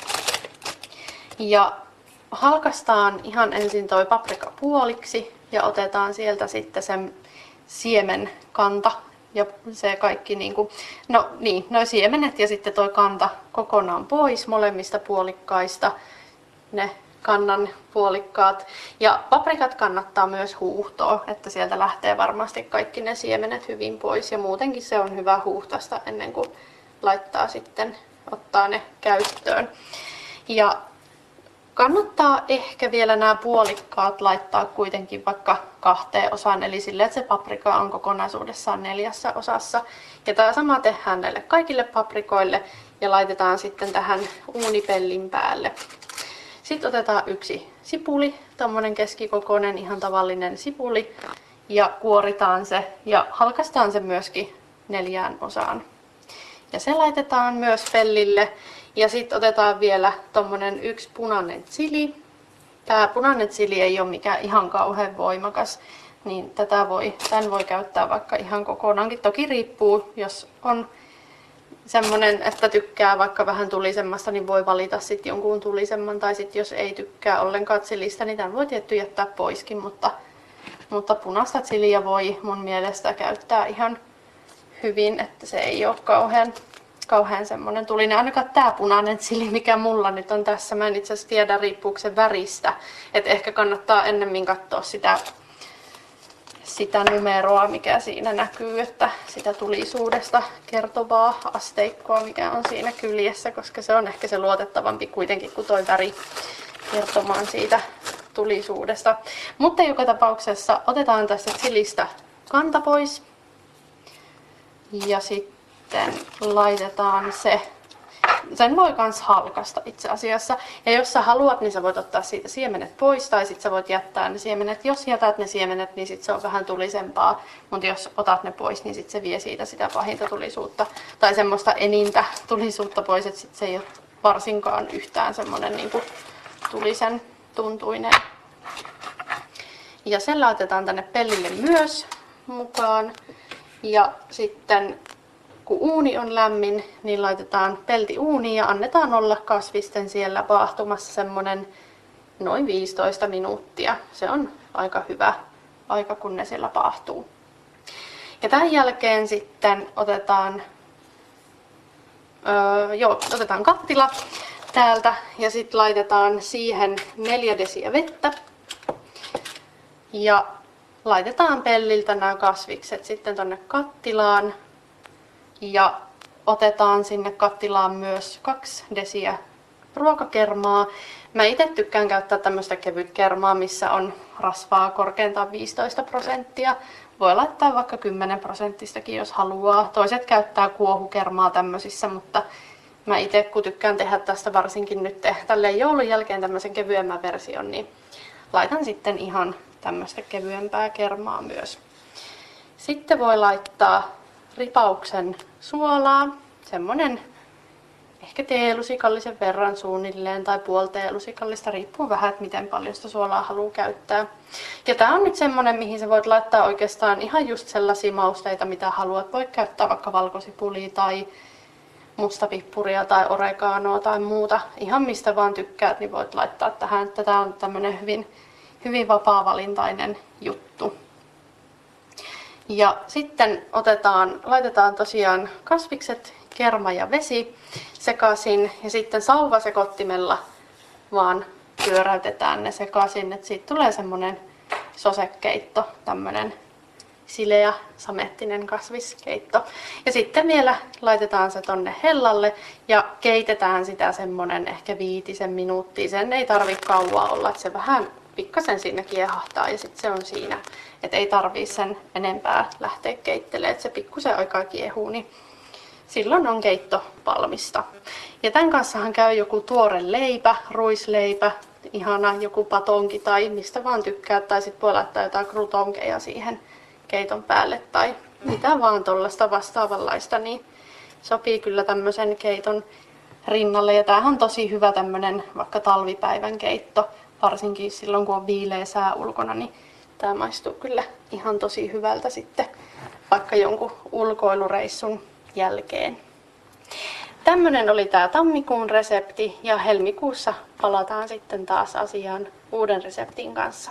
Ja halkaistaan ihan ensin toi paprika puoliksi ja otetaan sieltä sitten sen siemenkanta ja se kaikki niinku, no niin, noi siemenet ja sitten toi kanta kokonaan pois molemmista puolikkaista, ne kannan puolikkaat. Ja paprikat kannattaa myös huuhtoa, että sieltä lähtee varmasti kaikki ne siemenet hyvin pois ja muutenkin se on hyvä huuhtasta ennen kuin laittaa sitten, ottaa ne käyttöön. Ja kannattaa ehkä vielä nämä puolikkaat laittaa kuitenkin vaikka kahteen osaan, eli sille, että se paprika on kokonaisuudessaan neljässä osassa. Ja tämä sama tehdään näille kaikille paprikoille ja laitetaan sitten tähän uunipellin päälle. Sitten otetaan yksi sipuli, tommonen keskikokoinen ihan tavallinen sipuli ja kuoritaan se ja halkaistaan se myöskin neljään osaan. Ja se laitetaan myös pellille ja sitten otetaan vielä tommonen yksi punainen chili. Tää punainen chili ei ole mikään ihan kauhean voimakas, niin tätä voi, tämän voi käyttää vaikka ihan kokonaankin. Toki riippuu, jos on semmonen, että tykkää vaikka vähän tulisemmasta, niin voi valita sitten jonkun tulisemman. Tai sitten jos ei tykkää ollenkaan chilistä, niin tämän voi tietty jättää poiskin. Mutta, mutta punaista chiliä voi mun mielestä käyttää ihan hyvin, että se ei ole kauhean, kauhean semmonen tulinen. Ainakaan tää punainen chili, mikä mulla nyt on tässä. Mä en itse asiassa tiedä, riippuuko se väristä. Et ehkä kannattaa ennemmin katsoa sitä sitä numeroa, mikä siinä näkyy, että sitä tulisuudesta kertovaa asteikkoa, mikä on siinä kyljessä, koska se on ehkä se luotettavampi kuitenkin kuin toi väri kertomaan siitä tulisuudesta. Mutta joka tapauksessa otetaan tästä chilistä kanta pois ja sitten laitetaan se. Sen voi myös halkaista itse asiassa. Ja jos sä haluat, niin sä voit ottaa siitä siemenet pois tai sit sä voit jättää ne siemenet. Jos jätät ne siemenet, niin sit se on vähän tulisempaa. Mutta jos otat ne pois, niin sit se vie siitä sitä pahinta tulisuutta. Tai semmoista enintä tulisuutta pois, että sit se ei ole varsinkaan yhtään semmonen niinku tulisen tuntuinen. Ja sen laitetaan tänne pellille myös mukaan. Ja sitten kun uuni on lämmin, niin laitetaan pelti uuniin ja annetaan olla kasvisten siellä vaahtumassa semmonen noin viisitoista minuuttia. Se on aika hyvä aika, kun ne siellä paahtuu. Ja tämän jälkeen sitten otetaan, öö, joo, otetaan kattila täältä ja sitten laitetaan siihen neljä desiä vettä. Ja laitetaan pelliltä nämä kasvikset sitten tonne kattilaan. Ja otetaan sinne kattilaan myös kaksi desiä ruokakermaa. Mä itse tykkään käyttää tämmöistä kevytkermaa, missä on rasvaa korkeintaan viisitoista prosenttia. Voi laittaa vaikka kymmenen prosenttistakin, jos haluaa. Toiset käyttää kuohukermaa tämmöisissä, mutta mä itse kun tykkään tehdä tästä varsinkin nyt tälleen joulun jälkeen tämmöisen kevyemmän version, niin laitan sitten ihan tämmöistä kevyempää kermaa myös. Sitten voi laittaa ripauksen suolaa, semmonen ehkä teelusikallisen verran suunnilleen tai puoli teelusikallista, riippuu vähän, että miten paljon sitä suolaa haluaa käyttää. Ja tää on nyt semmonen, mihin sä voit laittaa oikeastaan ihan just sellaisia mausteita, mitä haluat. Voit käyttää vaikka valkosipulia tai mustapippuria tai oreganoa tai muuta. Ihan mistä vaan tykkäät, niin voit laittaa tähän. Tämä on tämmöinen hyvin, hyvin vapaa-valintainen juttu. Ja sitten otetaan, laitetaan tosiaan kasvikset, kerma ja vesi sekaisin ja sitten sauvasekottimella vaan pyöräytetään ne sekaisin, että siitä tulee semmoinen sosekeitto, tämmöinen sileä samettinen kasviskeitto. Ja sitten vielä laitetaan se tonne hellalle ja keitetään sitä semmonen ehkä viitisen minuuttia. Sen ei tarvi kauaa olla, että se vähän pikkasen siinä kiehahtaa ja sitten se on siinä. Että ei tarvii sen enempää lähteä keittelemään, että se pikkusen aikaa kiehuu, niin silloin on keitto valmista. Ja tämän kanssahan käy joku tuore leipä, ruisleipä, ihana joku patonki tai mistä vaan tykkää, tai sitten voi laittaa jotain krutonkeja siihen keiton päälle tai mitä vaan tuollaista vastaavanlaista, niin sopii kyllä tämmöisen keiton rinnalle. Ja tämähän on tosi hyvä tämmöinen vaikka talvipäivän keitto, varsinkin silloin kun on viileä sää ulkona, niin tämä maistuu kyllä ihan tosi hyvältä sitten vaikka jonkun ulkoilureissun jälkeen. Tämmöinen oli tämä tammikuun resepti ja helmikuussa palataan sitten taas asiaan uuden reseptin kanssa.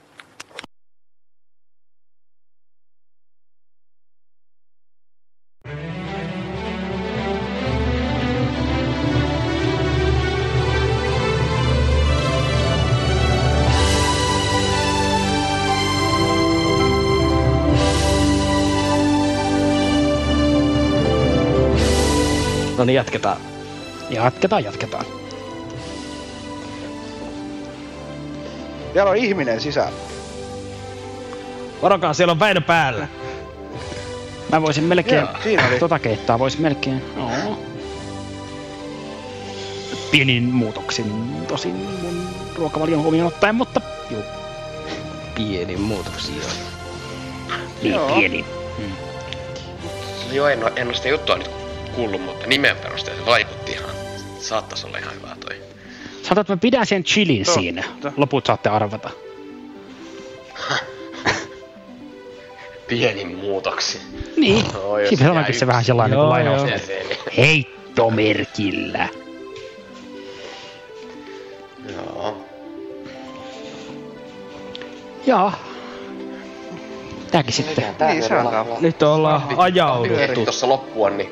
No niin, jatketaan. Jatketaan, jatketaan. Siellä on ihminen sisällä. Varokaa, siellä on Väinö päällä. Mä voisin melkein, Joo, siinä oli. tota keittaa voisin melkein. Oo. Pienin muutoksin, tosin mun ruokavalion huomioon ottaen, mutta juu. Pienin muutoksia. Niin, Joo. pieni. Hmm. Joo, en, en ole sitä juttua nyt kuullut, mutta nimen perusteella se vaikutti ihan. Saattaisi olla ihan hyvä toi. Saatat, että mä pidän sen chilin Totta. siinä. Loput saatte arvata. Pienin muutoksi. Niin, No, jos siinä jää onkin se yksi. vähän sellainen Joo, kuin lainaus. joo. Jäseni. Heittomerkillä. Joo. Joo. Tääkin sitten. Niin, se on tää. Nyt ollaan Ehti ajauduttu. tossa loppua, niin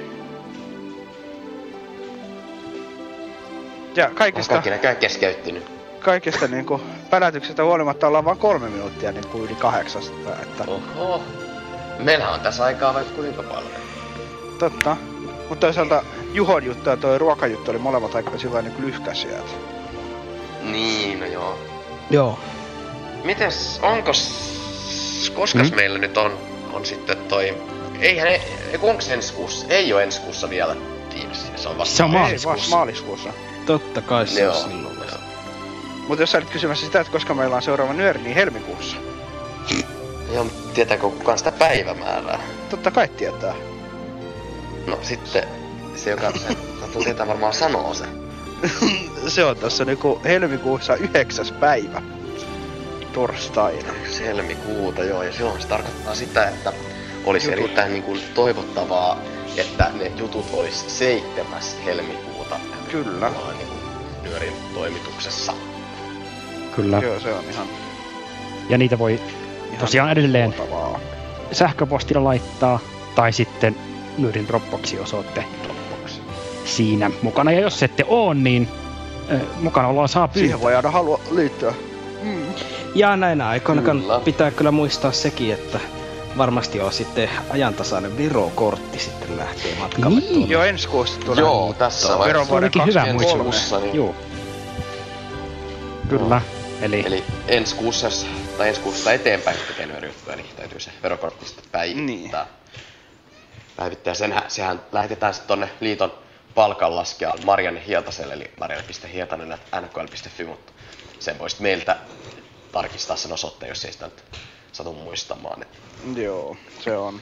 Ja kaikista, kaikki näköjään keskeyttynyt. kaikista niinku pälätyksestä huolimatta ollaan vain kolme minuuttia niinku yli kahdeksasta. Että, Oho. Meillä on tässä aikaa vaikka kuinka paljon. totta. Mutta toisaalta Juhon juttu ja toi ruokajuttu oli molemmat aika sillä niinku lyhkäisiä. Niin, no joo. Joo. Mites, onkos... Koskas Mm. meillä nyt on, on sitten toi... Eihän, ei, onks ensi kuussa? Ei oo ensi kuussa vielä Teams. Se on vasta Se on Ei, maaliskuussa. vasta maaliskuussa. Totta kai se Joo. on silloin. joo. Mutta jos sä olit kysymässä sitä, että koska meillä on seuraava nyöri, niin helmikuussa. Joo, mut tietääkö kukaan sitä päivämäärää? Totta kai tietää. No sitten se, joka sen sattuu tietää varmaan sanoo se. Se on tossa niinku helmikuussa yhdeksäs päivä. Torstaina. Helmikuuta, joo, ja silloin se tarkoittaa sitä, että olisi Jutut. erittäin niin kuin toivottavaa, että ne jutut olisi seitsemäs helmikuuta. Kyllä. Ollaan niin kuin nyörin toimituksessa. Kyllä. Joo, se on ihan, Ja niitä voi ihan tosiaan edelleen luotavaa. sähköpostilla laittaa. Tai sitten Nyrin Dropboxin osoitte siinä mukana. Ja jos ette oo, niin äh, mukana ollaan saa Siihen pyytää. voi aina halua liittyä. Mm. Ja näinä aikoina Kyllä. pitää kyllä muistaa sekin, että varmasti on sitten ajantasainen Viro-kortti sitten lähtee matkalle Niin. tuonne. Joo, ensi kuussa tulee. Joo, tässä Veron vaiheessa. Se vuoden olikin hyvä kaksikymmentäkolme. muistutus. Niin. Joo. Kyllä. Eli, Eli ensi kuussa, jos- tai ensi kuusta eteenpäin tekee nyörijuttuja, niin täytyy se verokortti sitten päivittää. Niin. Päivittää. Senhän, sehän lähetetään sitten tonne liiton palkanlaskijalle Marianne Hietaselle, eli marianne piste hietanen ät n k l piste f y, mutta sen voisit meiltä tarkistaa sen osoitteen, jos ei sitä nyt satu muistamaan. Et Joo, se on.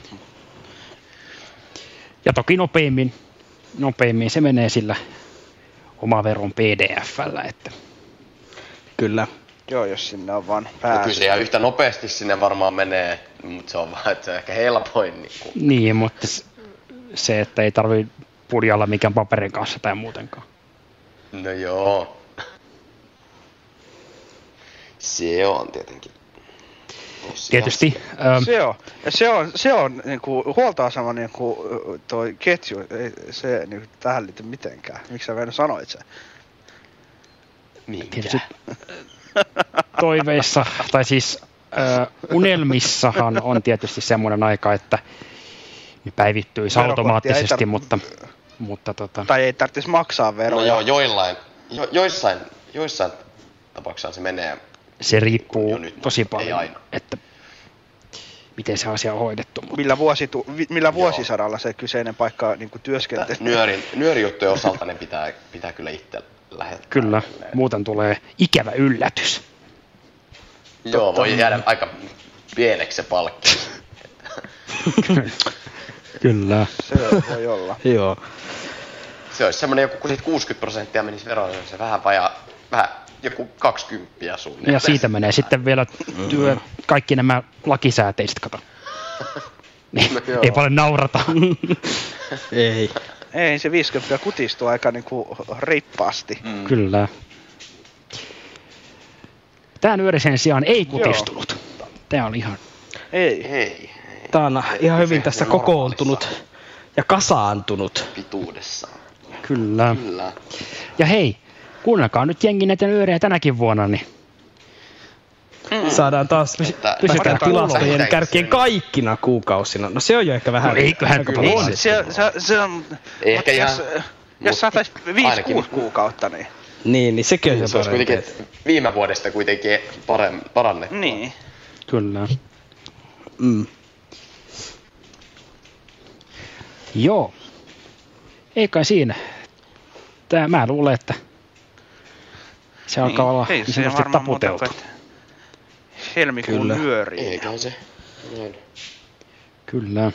ja toki nopeimmin, nopeimmin se menee sillä omaveron P D F:llä, että Kyllä. Joo, jos sinne on vaan no kyllä pääsy. se ihan yhtä nopeasti sinne varmaan menee, mutta se on vaan, että se on ehkä helpoin. Niin kuin. niin, mutta s- se, että ei tarvi puljalla mikään paperin kanssa tai muutenkaan. No joo. Se on tietenkin. Tietysti. Ähm, se on, se on, se on niinku huoltoasema niinku toi ketju, ei se niinku tähän liity mitenkään. Miksi sä Veino sanoit sen? Tietysti toiveissa, tai siis äh, unelmissahan on tietysti semmoinen aika, että ne päivittyisi automaattisesti, tar- mutta, mutta tota... Tai ei tarvitsisi maksaa veroja. No joo, joillain, jo, joissain, joissain tapauksissa se menee. Se riippuu tosi paljon, että miten se asia on hoidettu. Mutta... Millä, vuositu, millä vuosisadalla se kyseinen paikka niin työskentelee? Nyörin, nyörijuttujen osalta ne pitää, pitää kyllä itse lähettää. Kyllä, muuten tulee ikävä yllätys. Joo, Totta. voi jäädä aika pieneksi se palkki. Kyllä. Se voi olla. Joo. Se olisi semmoinen joku, kun siitä kuusikymmentä prosenttia menisi veroon, niin se vähän vajaa, vähän joku kaksikymmentä suunnilleen. Ja siitä menee sitten vielä työ, kaikki nämä lakisääteiset, kato. Niin, no, ei paljon naurata. Ei. Ei, se viisikymmentä kutistuu aika niinku reippaasti. Mm. Kyllä. Tää nyöri sen sijaan ei kutistunut. Joo. Tää on ihan... Ei. Ei. Tää on ihan hyvin tässä kokoontunut ja kasaantunut. Pituudessaan. Kyllä. Kyllä. Ja hei, kuunnelkaa nyt jengi näitä nyörejä tänäkin vuonna, niin... Mm. Saadaan taas pysytään tilastojen kärkien kaikkina kuukausina. No se on jo ehkä vähän... No eiköhän kyllä. Se, se, se on... Ehkä ihan... Jos, jos saatais viisi kuusi kuukautta, niin... Niin, niin sekin on se olisi kuitenkin viime vuodesta kuitenkin parannettu. Niin. Kyllä. Mm. Joo. Ei kai siinä. Tää, mä luulen, että se niin, alkaa olla isosti taputeltu. Helmikuun nyöri. Eiköhän se. Noin. Kyllä.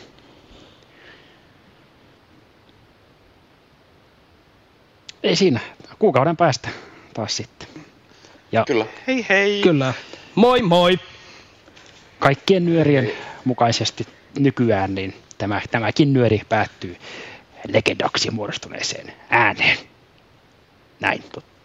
Ei siinä. Kuukauden päästä taas sitten. Ja Kyllä. Hei hei. Kyllä. Moi moi. Kaikkien nyörien mukaisesti nykyään niin tämä, tämäkin nyöri päättyy legendaksi muodostuneeseen ääneen. Näin.